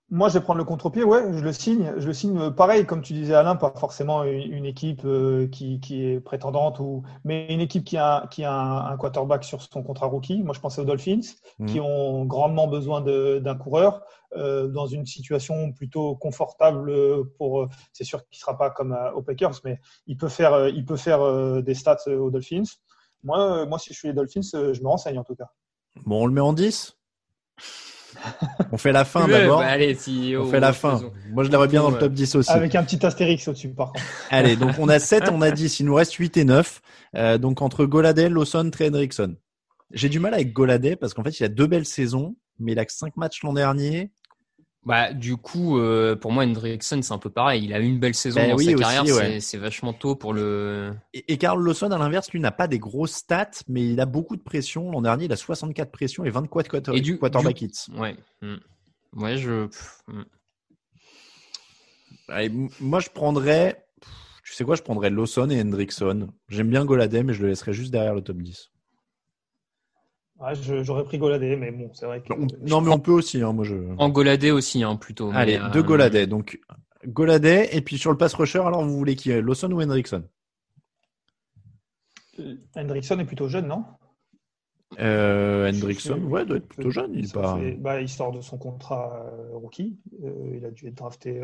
Moi, je vais prendre le contre-pied, ouais, je le signe. Je le signe pareil, comme tu disais, Alain, pas forcément une équipe qui est prétendante, mais une équipe qui a un quarterback sur son contrat rookie. Moi, je pensais aux Dolphins, qui ont grandement besoin d'un coureur dans une situation plutôt confortable c'est sûr qu'il ne sera pas comme aux Packers, mais il peut faire des stats aux Dolphins. Moi, si je suis les Dolphins, je me renseigne en tout cas. Bon, on le met en 10 ? On fait la fin d'abord. Allez, on fait la fin. Moi, je l'aimerais bien dans le top 10 aussi. Avec un petit astérix au-dessus, par contre. Allez, donc on a 7, on a 10. Il nous reste 8 et 9. Donc entre Golladay, Lawson, Trey Hendrickson. J'ai du mal avec Golladay parce qu'en fait, il a 2 belles saisons, mais il a que 5 matchs l'an dernier. Du coup, pour moi, Hendrickson, c'est un peu pareil. Il a une belle saison dans sa carrière. Ouais. C'est vachement tôt pour le. Et Carl Lawson, à l'inverse, lui n'a pas des grosses stats, mais il a beaucoup de pression. L'an dernier, il a 64 pressions et 24 quarterback hits. Ouais. Ouais, Allez, moi, je prendrais. Tu sais quoi, je prendrais Lawson et Hendrickson. J'aime bien Golladay, mais je le laisserais juste derrière le top 10. Ouais, j'aurais pris Golladay, mais bon, c'est vrai que. Non, mais on peut aussi. Moi, En Golladay aussi, plutôt. Allez, deux Golladay. Donc, Golladay, et puis sur le pass rusher, alors vous voulez qui ? Lawson ou Hendrickson ? Hendrickson est plutôt jeune, non ? Hendrickson, ouais, doit être plutôt jeune. Il sort de son contrat rookie. Il a dû être drafté.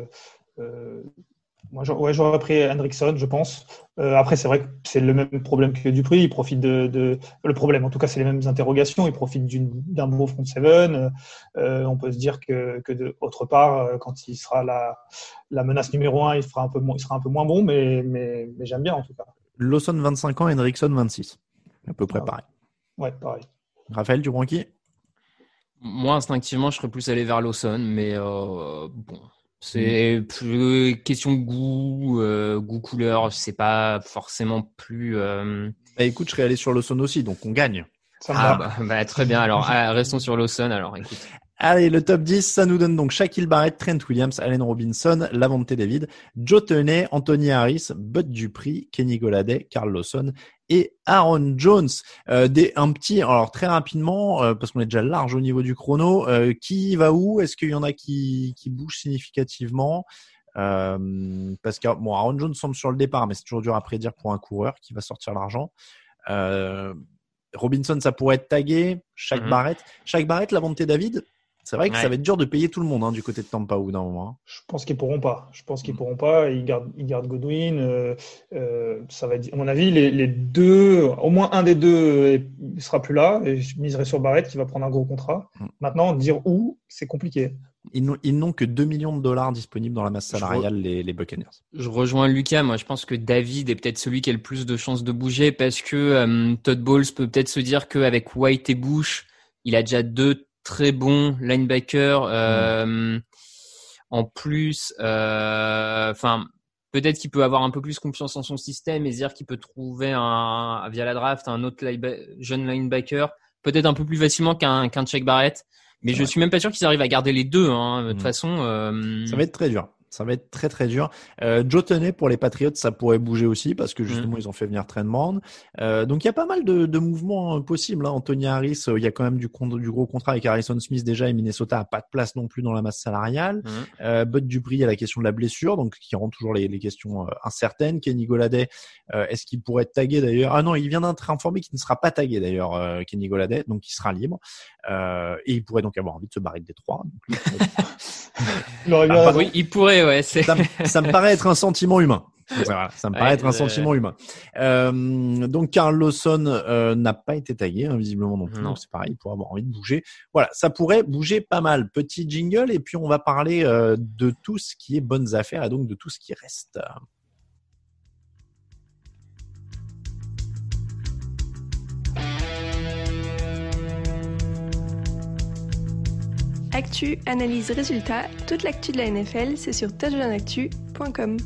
Moi, j'aurais pris Hendrickson, je pense. Après, c'est vrai que c'est le même problème que Dupree. Il profite le problème, en tout cas, c'est les mêmes interrogations. Il profite d'un beau front seven. On peut se dire que autre part, quand il sera la menace numéro 1, il sera un peu moins bon, mais j'aime bien en tout cas. Lawson 25 ans, Hendrickson 26. À peu près pareil. Ouais, pareil. Raphaël, tu prends qui ? Moi, instinctivement, je serais plus allé vers Lawson, mais bon. C'est plus question de goût couleur, c'est pas forcément plus. Écoute, je serais allé sur Lawson aussi, donc on gagne. Très bien. Alors, restons sur Lawson. Alors, écoute. Allez, le top 10, ça nous donne donc Shaquille Barrett, Trent Williams, Allen Robinson, Lavonte David, Joe Thuney, Anthony Harris, Bud Dupree, Kenny Golladay, Carl Lawson et Aaron Jones. Alors très rapidement, parce qu'on est déjà large au niveau du chrono, qui va où ? Est-ce qu'il y en a qui bougent significativement ? Parce que Aaron Jones semble sur le départ, mais c'est toujours dur à prédire pour un coureur qui va sortir l'argent. Robinson, ça pourrait être tagué. Shaq Barrett, Lavonte David. C'est vrai que ça va être dur de payer tout le monde du côté de Tampa ou d'un moment. Je pense qu'ils pourront pas. Ils gardent Godwin. Ça va être, à mon avis, les deux, au moins un des deux ne sera plus là. Et je miserai sur Barrett qui va prendre un gros contrat. Maintenant, dire où, c'est compliqué. Ils n'ont que $2 millions disponibles dans la masse salariale, les Buccaneers. Je rejoins Lucas. Moi, je pense que David est peut-être celui qui a le plus de chances de bouger parce que Todd Bowles peut peut-être se dire qu'avec White et Bush, il a déjà 2 très bons linebackers. En plus, peut-être qu'il peut avoir un peu plus confiance en son système et se dire qu'il peut trouver via la draft un autre jeune linebacker, peut-être un peu plus facilement qu'un Shaq Barrett. Mais je suis même pas sûr qu'ils arrivent à garder les deux. De toute façon, ça va être très dur. Ça va être très très dur. Joe Thuney pour les Patriots, ça pourrait bouger aussi parce que justement ils ont fait venir Trent Brown. Donc il y a pas mal de mouvements possibles. Anthony Harris, il y a quand même du gros contrat avec Harrison Smith déjà et Minnesota a pas de place non plus dans la masse salariale. Bud Dupree, il y a la question de la blessure, donc qui rend toujours les questions incertaines. Kenny Golladay, est-ce qu'il pourrait être tagué d'ailleurs ? Ah non, il vient d'être informé qu'il ne sera pas tagué d'ailleurs, Kenny Golladay, donc il sera libre. Et il pourrait donc avoir envie de se barrer de Détroit. Oui, il pourrait. Ouais, ça me paraît être un sentiment humain. Ça me paraît être un sentiment humain. Donc Carl Lawson n'a pas été tagué, visiblement non plus. Donc c'est pareil, il pourrait avoir envie de bouger. Voilà, ça pourrait bouger pas mal. Petit jingle et puis on va parler de tout ce qui est bonnes affaires et donc de tout ce qui reste. Actu, analyse, résultat, toute l'actu de la NFL, c'est sur touchdownactu.com.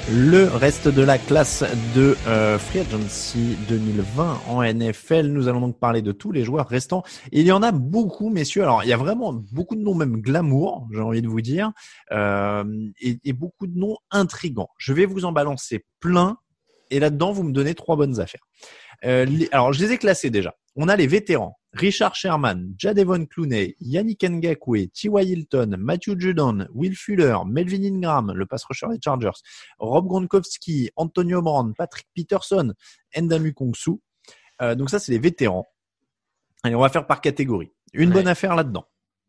Le reste de la classe de Free Agency 2020 en NFL, nous allons donc parler de tous les joueurs restants. Il y en a beaucoup, messieurs. Alors, il y a vraiment beaucoup de noms, même glamour, j'ai envie de vous dire, et beaucoup de noms intrigants. Je vais vous en balancer plein, et là-dedans, vous me donnez 3 bonnes affaires. Alors, je les ai classés déjà. On a les vétérans. Richard Sherman, Jadevon Clowney, Yannick Ngakoue, T.Y. Hilton, Matthew Judon, Will Fuller, Melvin Ingram, le pass rusher des Chargers, Rob Gronkowski, Antonio Brown, Patrick Peterson, Ndamu Kongsu. Donc ça, c'est les vétérans. Allez, on va faire par catégorie. Une bonne affaire là-dedans.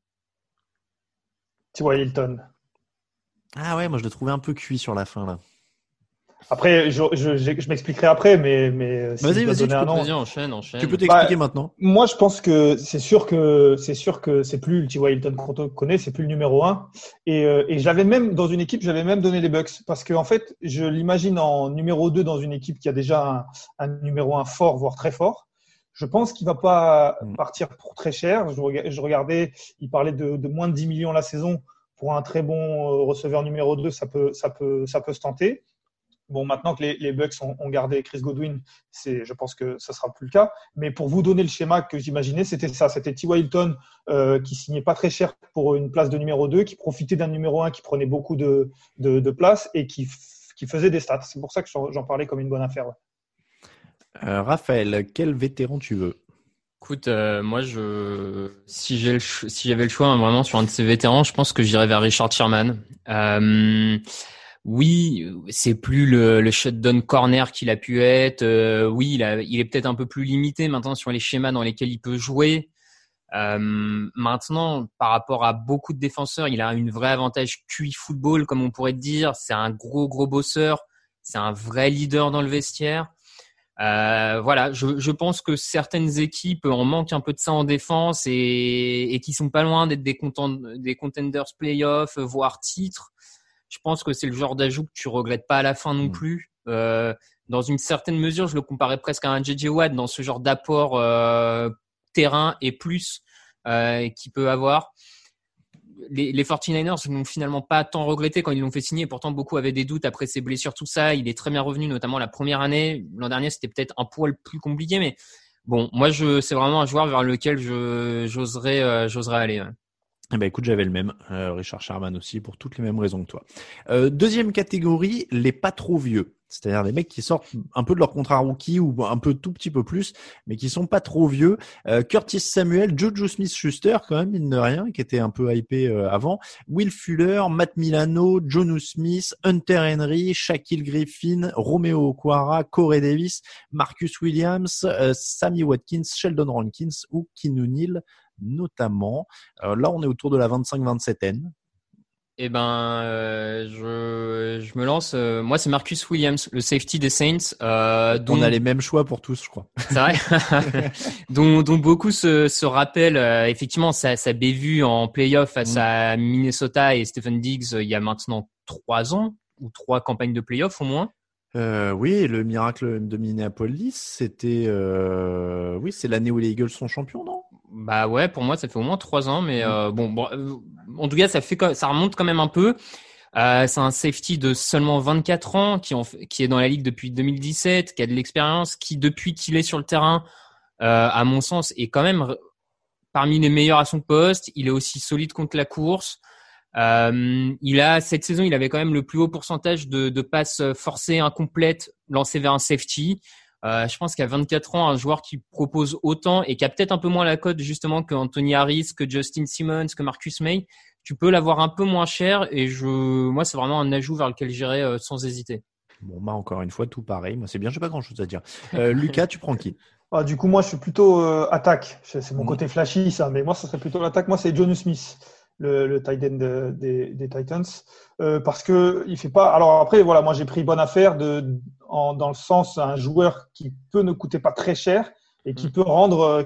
T.Y. Hilton. Ah ouais, moi je l'ai trouvé un peu cuit sur la fin là. Après, je m'expliquerai après, mais si vas-y, enchaîne. Tu peux t'expliquer maintenant. Moi, je pense que c'est sûr que c'est plus le T.Y. Hilton qu'on connaît, c'est plus le numéro 1. Et j'avais même dans une équipe, j'avais même donné les Bucks parce qu'en fait, je l'imagine en numéro 2 dans une équipe qui a déjà un numéro 1 fort, voire très fort. Je pense qu'il va pas partir pour très cher. Je regardais, il parlait de moins de 10 millions la saison pour un très bon receveur numéro 2, ça peut se tenter. Bon, maintenant que les Bucks ont gardé Chris Godwin, je pense que ça sera plus le cas. Mais pour vous donner le schéma que j'imaginais, c'était ça. C'était T.Y. Hilton qui signait pas très cher pour une place de numéro 2, qui profitait d'un numéro 1 qui prenait beaucoup de place et qui faisait des stats. C'est pour ça que j'en parlais comme une bonne affaire. Ouais. Raphaël, quel vétéran tu veux? Écoute, moi, si j'avais le choix vraiment sur un de ces vétérans, je pense que j'irais vers Richard Sherman. Oui, c'est plus le shutdown corner qu'il a pu être. Oui, il est peut-être un peu plus limité maintenant sur les schémas dans lesquels il peut jouer. Maintenant, par rapport à beaucoup de défenseurs, il a un vrai avantage QI football, comme on pourrait dire. C'est un gros bosseur. C'est un vrai leader dans le vestiaire. Voilà, je pense que certaines équipes en manquent un peu de ça en défense et qui sont pas loin d'être des contenders playoffs, voire titres. Je pense que c'est le genre d'ajout que tu regrettes pas à la fin non plus. Dans une certaine mesure, je le comparais presque à un J.J. Watt dans ce genre d'apport terrain et plus qu'il peut avoir. Les 49ers n'ont finalement pas tant regretté quand ils l'ont fait signer. Pourtant, beaucoup avaient des doutes après ses blessures, tout ça. Il est très bien revenu, notamment la première année. L'an dernier, c'était peut-être un poil plus compliqué, mais bon, moi, c'est vraiment un joueur vers lequel j'oserais aller. Ouais. Eh ben écoute, j'avais le même, Richard Sherman aussi, pour toutes les mêmes raisons que toi. Deuxième catégorie, les pas trop vieux. C'est-à-dire les mecs qui sortent un peu de leur contrat rookie ou un peu tout petit peu plus, mais qui sont pas trop vieux. Curtis Samuel, Juju Smith-Schuster, quand même, mine de rien, qui était un peu hypé avant. Will Fuller, Matt Milano, Jonnu Smith, Hunter Henry, Shaquille Griffin, Romeo Okwara, Corey Davis, Marcus Williams, Sammy Watkins, Sheldon Rankins ou Keanu Neal notamment. Là, on est autour de la 25-27N. Eh ben, je me lance. Moi, c'est Marcus Williams, le safety des Saints. On a les mêmes choix pour tous, je crois. C'est vrai. dont beaucoup se rappellent effectivement sa bévue en playoff face à Minnesota et Stephen Diggs il y a maintenant 3 ans ou 3 campagnes de playoff au moins. Oui, le miracle de Minneapolis, c'était oui, c'est l'année où les Eagles sont champions, non? Bah ouais, pour moi ça fait au moins 3 ans, mais bon, en tout cas ça remonte quand même un peu. C'est un safety de seulement 24 ans qui est dans la ligue depuis 2017, qui a de l'expérience, qui depuis qu'il est sur le terrain, à mon sens, est quand même parmi les meilleurs à son poste. Il est aussi solide contre la course. Cette saison, il avait quand même le plus haut pourcentage de passes forcées incomplètes lancées vers un safety. Je pense qu'à 24 ans, un joueur qui propose autant et qui a peut-être un peu moins la cote justement que Anthony Harris, que Justin Simmons, que Marcus May, tu peux l'avoir un peu moins cher et moi, c'est vraiment un ajout vers lequel j'irai sans hésiter. Bon, bah encore une fois, tout pareil. Moi, c'est bien, j'ai pas grand-chose à dire. Lucas, tu prends qui? Du coup, moi, je suis plutôt attaque. C'est mon côté flashy, ça. Mais moi, ça serait plutôt l'attaque. Moi, c'est Jonnu Smith, le tight end des Titans, parce que il fait pas. Alors après, voilà, moi, j'ai pris bonne affaire dans le sens un joueur qui peut ne coûter pas très cher et qui peut rendre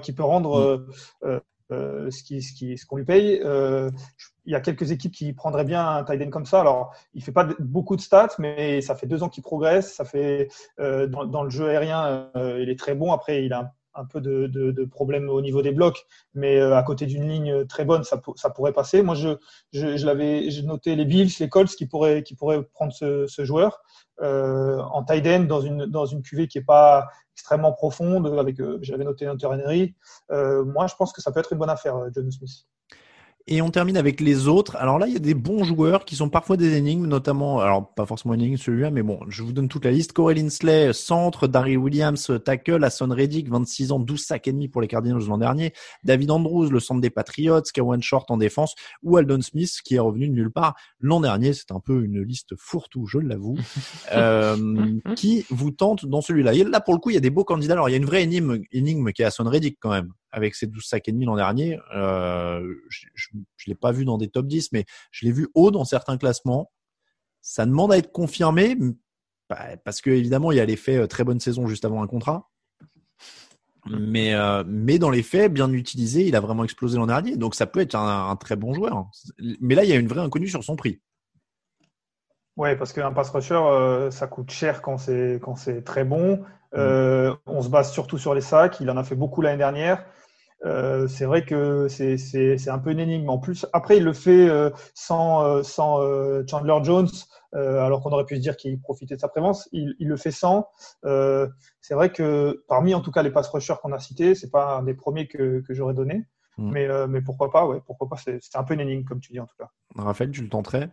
ce qu'on lui paye. Il y a quelques équipes qui prendraient bien un tight end comme ça. Alors, il fait pas beaucoup de stats, mais ça fait 2 ans qu'il progresse. Ça fait dans le jeu aérien, il est très bon. Après, il a un peu de problèmes au niveau des blocs, mais à côté d'une ligne très bonne, ça pourrait passer. Moi, j'ai noté les Bills, les Colts qui pourraient prendre ce joueur en tight end dans une cuvée qui est pas extrêmement profonde. J'avais noté Hunter Henry. Moi, je pense que ça peut être une bonne affaire, Jonnu Smith. Et on termine avec les autres. Alors là, il y a des bons joueurs qui sont parfois des énigmes, notamment, alors pas forcément une énigme celui-là, mais bon, je vous donne toute la liste. Corey Linsley, centre, Daryl Williams, tackle, Hassan Reddick, 26 ans, 12 sacs et demi pour les Cardinals l'an dernier, David Andrews, le centre des Patriots, Kawan Short en défense, ou Aldon Smith, qui est revenu de nulle part l'an dernier. C'est un peu une liste fourre-tout, je l'avoue, qui vous tente dans celui-là. Et là, pour le coup, il y a des beaux candidats. Alors, il y a une vraie énigme qui est Hassan Reddick quand même, avec ses 12 sacs et demi l'an dernier. Je l'ai pas vu dans des top 10, mais je l'ai vu haut dans certains classements. Ça demande à être confirmé, parce que évidemment, il y a l'effet très bonne saison juste avant un contrat. Mais dans les faits, bien utilisé, il a vraiment explosé l'an dernier. Donc, ça peut être un très bon joueur. Mais là, il y a une vraie inconnue sur son prix. Ouais, parce qu'un pass rusher, ça coûte cher quand c'est très bon. On se base surtout sur les sacs. Il en a fait beaucoup l'année dernière. C'est vrai que c'est un peu une énigme. En plus, après, il le fait sans Chandler Jones, alors qu'on aurait pu se dire qu'il profitait de sa présence. Il le fait sans. C'est vrai que parmi, en tout cas, les pass rushers qu'on a cités, c'est pas un des premiers que j'aurais donné. Mais pourquoi pas, ouais, pourquoi pas. C'est un peu une énigme, comme tu dis, en tout cas. Raphaël, tu le tenterais?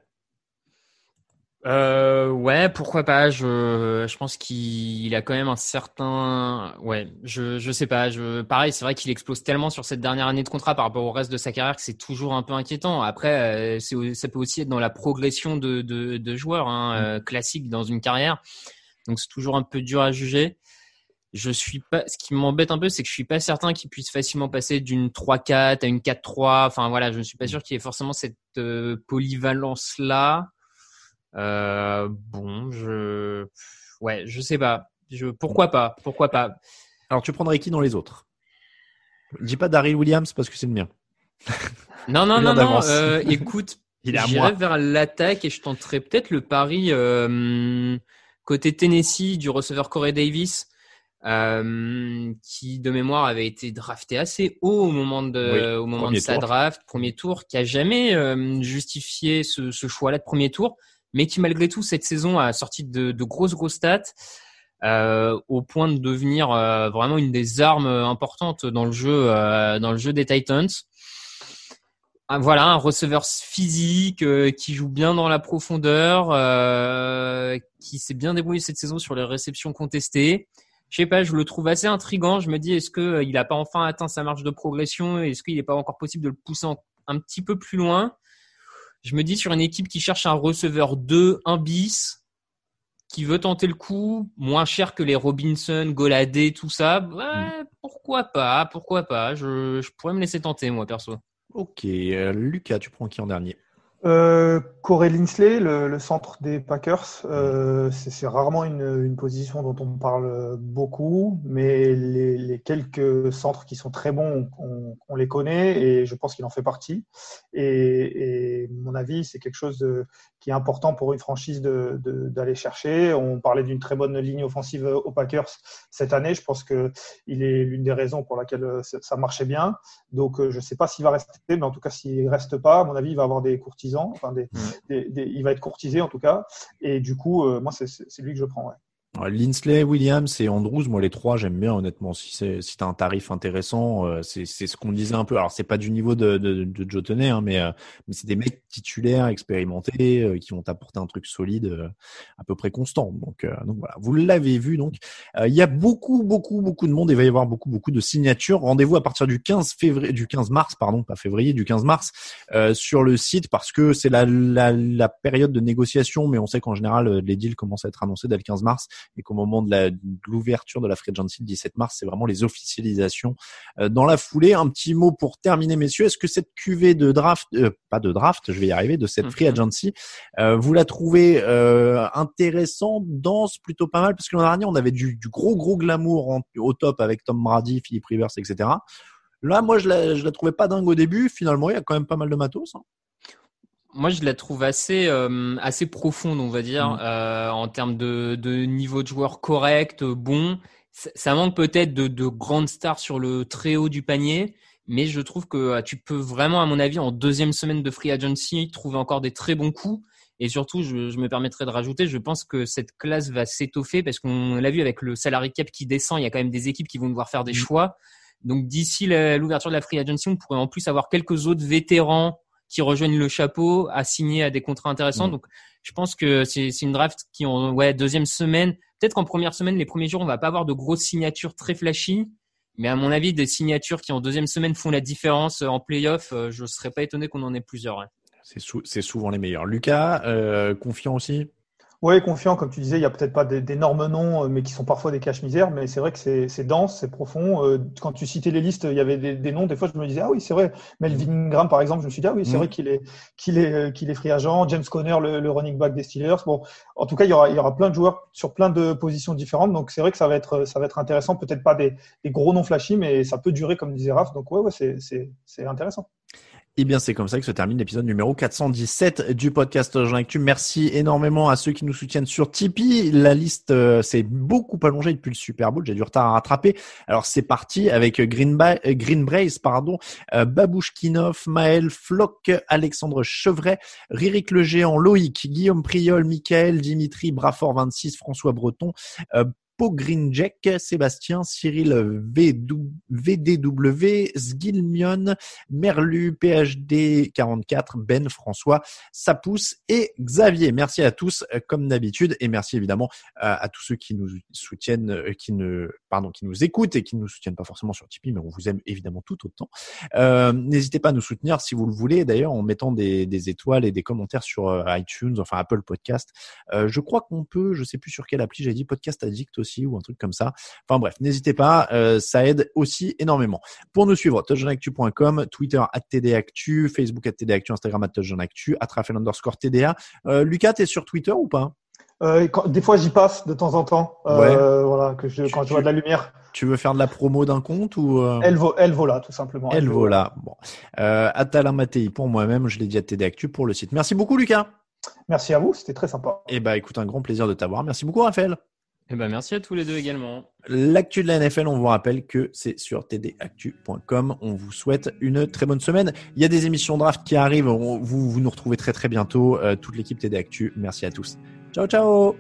Ouais, pourquoi pas. Je pense qu'il a quand même un certain, ouais, je sais pas. Pareil, c'est vrai qu'il explose tellement sur cette dernière année de contrat par rapport au reste de sa carrière que c'est toujours un peu inquiétant. Après, ça peut aussi être dans la progression de joueurs, classiques dans une carrière. Donc c'est toujours un peu dur à juger. Ce qui m'embête un peu, c'est que je suis pas certain qu'il puisse facilement passer d'une 3-4 à une 4-3. Enfin voilà, je ne suis pas sûr qu'il y ait forcément cette polyvalence-là. Je sais pas. Pourquoi pas. Alors, tu prendrais qui dans les autres? Dis pas Daryl Williams parce que c'est le mien. Non. Écoute, j'irai vers l'attaque et je tenterai peut-être le pari côté Tennessee du receveur Corey Davis, qui de mémoire avait été drafté assez haut au moment de sa draft, premier tour, qui a jamais justifié ce choix-là de premier tour, mais qui malgré tout cette saison a sorti de grosses stats au point de devenir vraiment une des armes importantes dans le jeu des Titans. Voilà, un receveur physique qui joue bien dans la profondeur, qui s'est bien débrouillé cette saison sur les réceptions contestées. Je sais pas, je le trouve assez intriguant. Je me dis, est-ce que il a pas enfin atteint sa marge de progression? Est-ce qu'il n'est pas encore possible de le pousser un petit peu plus loin? Je me dis, sur une équipe qui cherche un receveur 2, un bis, qui veut tenter le coup, moins cher que les Robinson, Goladé, tout ça, pourquoi pas. Je pourrais me laisser tenter, moi, perso. Ok, Lucas, tu prends qui en dernier? Corey Linsley, le centre des Packers, c'est rarement une position dont on parle beaucoup, mais les quelques centres qui sont très bons, on les connaît et je pense qu'il en fait partie. Et mon avis, c'est quelque chose qui est important pour une franchise d'aller chercher. On parlait d'une très bonne ligne offensive aux Packers cette année. Je pense que il est l'une des raisons pour laquelle ça marchait bien. Donc, je ne sais pas s'il va rester, mais en tout cas, s'il reste pas, à mon avis, il va avoir des courtisans. Enfin, il va être courtisé en tout cas. Et du coup, moi, c'est lui que je prends. Ouais. Linsley, Williams et Andrews, moi les trois j'aime bien honnêtement. Si t'as un tarif intéressant, c'est ce qu'on disait un peu. Alors c'est pas du niveau de Joe Tenay, mais c'est des mecs titulaires, expérimentés, qui vont t'apporter un truc solide, à peu près constant. Donc voilà, vous l'avez vu. Donc il y a beaucoup de monde. Il va y avoir beaucoup de signatures. Rendez-vous à partir du 15 mars, sur le site parce que c'est la période de négociation. Mais on sait qu'en général les deals commencent à être annoncés dès le 15 mars. Et qu'au moment de l'ouverture de la free agency le 17 mars, c'est vraiment les officialisations dans la foulée. Un petit mot pour terminer, messieurs. Est-ce que cette cuvée de draft, de cette free agency, vous la trouvez intéressante, dense, plutôt pas mal? Parce que l'an dernier, on avait du gros glamour au top avec Tom Brady, Philip Rivers, etc. Là, moi, je la trouvais pas dingue au début. Finalement, il y a quand même pas mal de matos. Moi, je la trouve assez profonde, on va dire, en termes de niveau de joueur correct, bon. ça manque peut-être de grandes stars sur le très haut du panier, mais je trouve que tu peux vraiment, à mon avis, en deuxième semaine de free agency, trouver encore des très bons coups. Et surtout, je me permettrai de rajouter, je pense que cette classe va s'étoffer parce qu'on l'a vu avec le salary cap qui descend, il y a quand même des équipes qui vont devoir faire des choix. Donc d'ici l'ouverture de la free agency, on pourrait en plus avoir quelques autres vétérans qui rejoignent le chapeau à signer à des contrats intéressants. Donc je pense que c'est une draft qui en deuxième semaine, peut-être qu'en première semaine, les premiers jours, on va pas avoir de grosses signatures très flashy, mais à mon avis, des signatures qui en deuxième semaine font la différence en playoff, je serais pas étonné qu'on en ait plusieurs. Ouais. C'est souvent les meilleurs. Lucas, confiant aussi? Oui, confiant, comme tu disais, il n'y a peut-être pas d'énormes noms, mais qui sont parfois des cache-misères, mais c'est vrai que c'est dense, c'est profond. Quand tu citais les listes, il y avait des noms, des fois je me disais, ah oui, c'est vrai, Melvin Ingram par exemple, je me suis dit, ah oui, c'est vrai qu'il est free agent, James Conner, le running back des Steelers. Bon, en tout cas, il y aura plein de joueurs sur plein de positions différentes, donc c'est vrai que ça va être intéressant, peut-être pas des gros noms flashy, mais ça peut durer, comme disait Raph, donc ouais, c'est intéressant. Eh bien, c'est comme ça que se termine l'épisode numéro 417 du podcast Touchdown Actu. Merci énormément à ceux qui nous soutiennent sur Tipeee. La liste s'est beaucoup allongée depuis le Super Bowl. J'ai du retard à rattraper. Alors, c'est parti avec Green Brace, Babouchkinov, Maël, Flock, Alexandre Chevret, Ririk le Géant, Loïc, Guillaume Priol, Michael, Dimitri, Brafort 26, François Breton, Pogrinjek, Sébastien, Cyril VDW, Sgilmion, Merlu, PHD 44, Ben, François, Sapousse et Xavier. Merci à tous comme d'habitude et merci évidemment à tous ceux qui nous soutiennent, qui nous écoutent et qui ne nous soutiennent pas forcément sur Tipeee, mais on vous aime évidemment tout autant. N'hésitez pas à nous soutenir si vous le voulez, d'ailleurs en mettant des étoiles et des commentaires sur iTunes, enfin Apple Podcast. Je crois qu'on peut, je sais plus sur quelle appli, j'ai dit Podcast Addict aussi ou un truc comme ça. Enfin bref, n'hésitez pas, ça aide aussi énormément. Pour nous suivre, touchdownactu.com, Twitter @tdactu, Facebook @tdactu, Instagram @touchdownactu, @Raphaël_TDA. Lucas, t'es sur Twitter ou pas? Des fois, j'y passe de temps en temps. Voilà, quand je vois de la lumière. Tu veux faire de la promo d'un compte ou Elvola, tout simplement. Elvola. Bon. Atala Mattei pour moi-même, je l'ai dit à TDActu pour le site. Merci beaucoup, Lucas. Merci à vous, c'était très sympa. Eh ben, écoute, un grand plaisir de t'avoir. Merci beaucoup, Raphaël. Eh ben, merci à tous les deux également. L'actu de la NFL, on vous rappelle que c'est sur tdactu.com. On vous souhaite une très bonne semaine. Il y a des émissions draft qui arrivent. Vous nous retrouvez très très bientôt. Toute l'équipe TD Actu. Merci à tous. Ciao, ciao.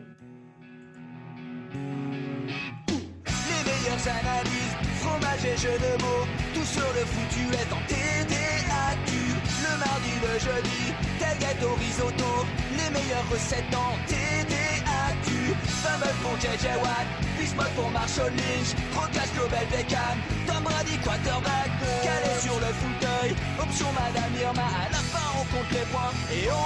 Les meilleures analyses, fromage et jeux de mots. Tout sur le foutu est en TDAQ. Le mardi, le jeudi, tel gâteau risotto. Les meilleures recettes en TDAQ. Fumble pour JJ Watt, Bismuth pour Marshall Lynch, Rocas Global Beckham, Tom Brady quarterback, calé sur le fauteuil, option Madame Irma, à la fin on compte les points et on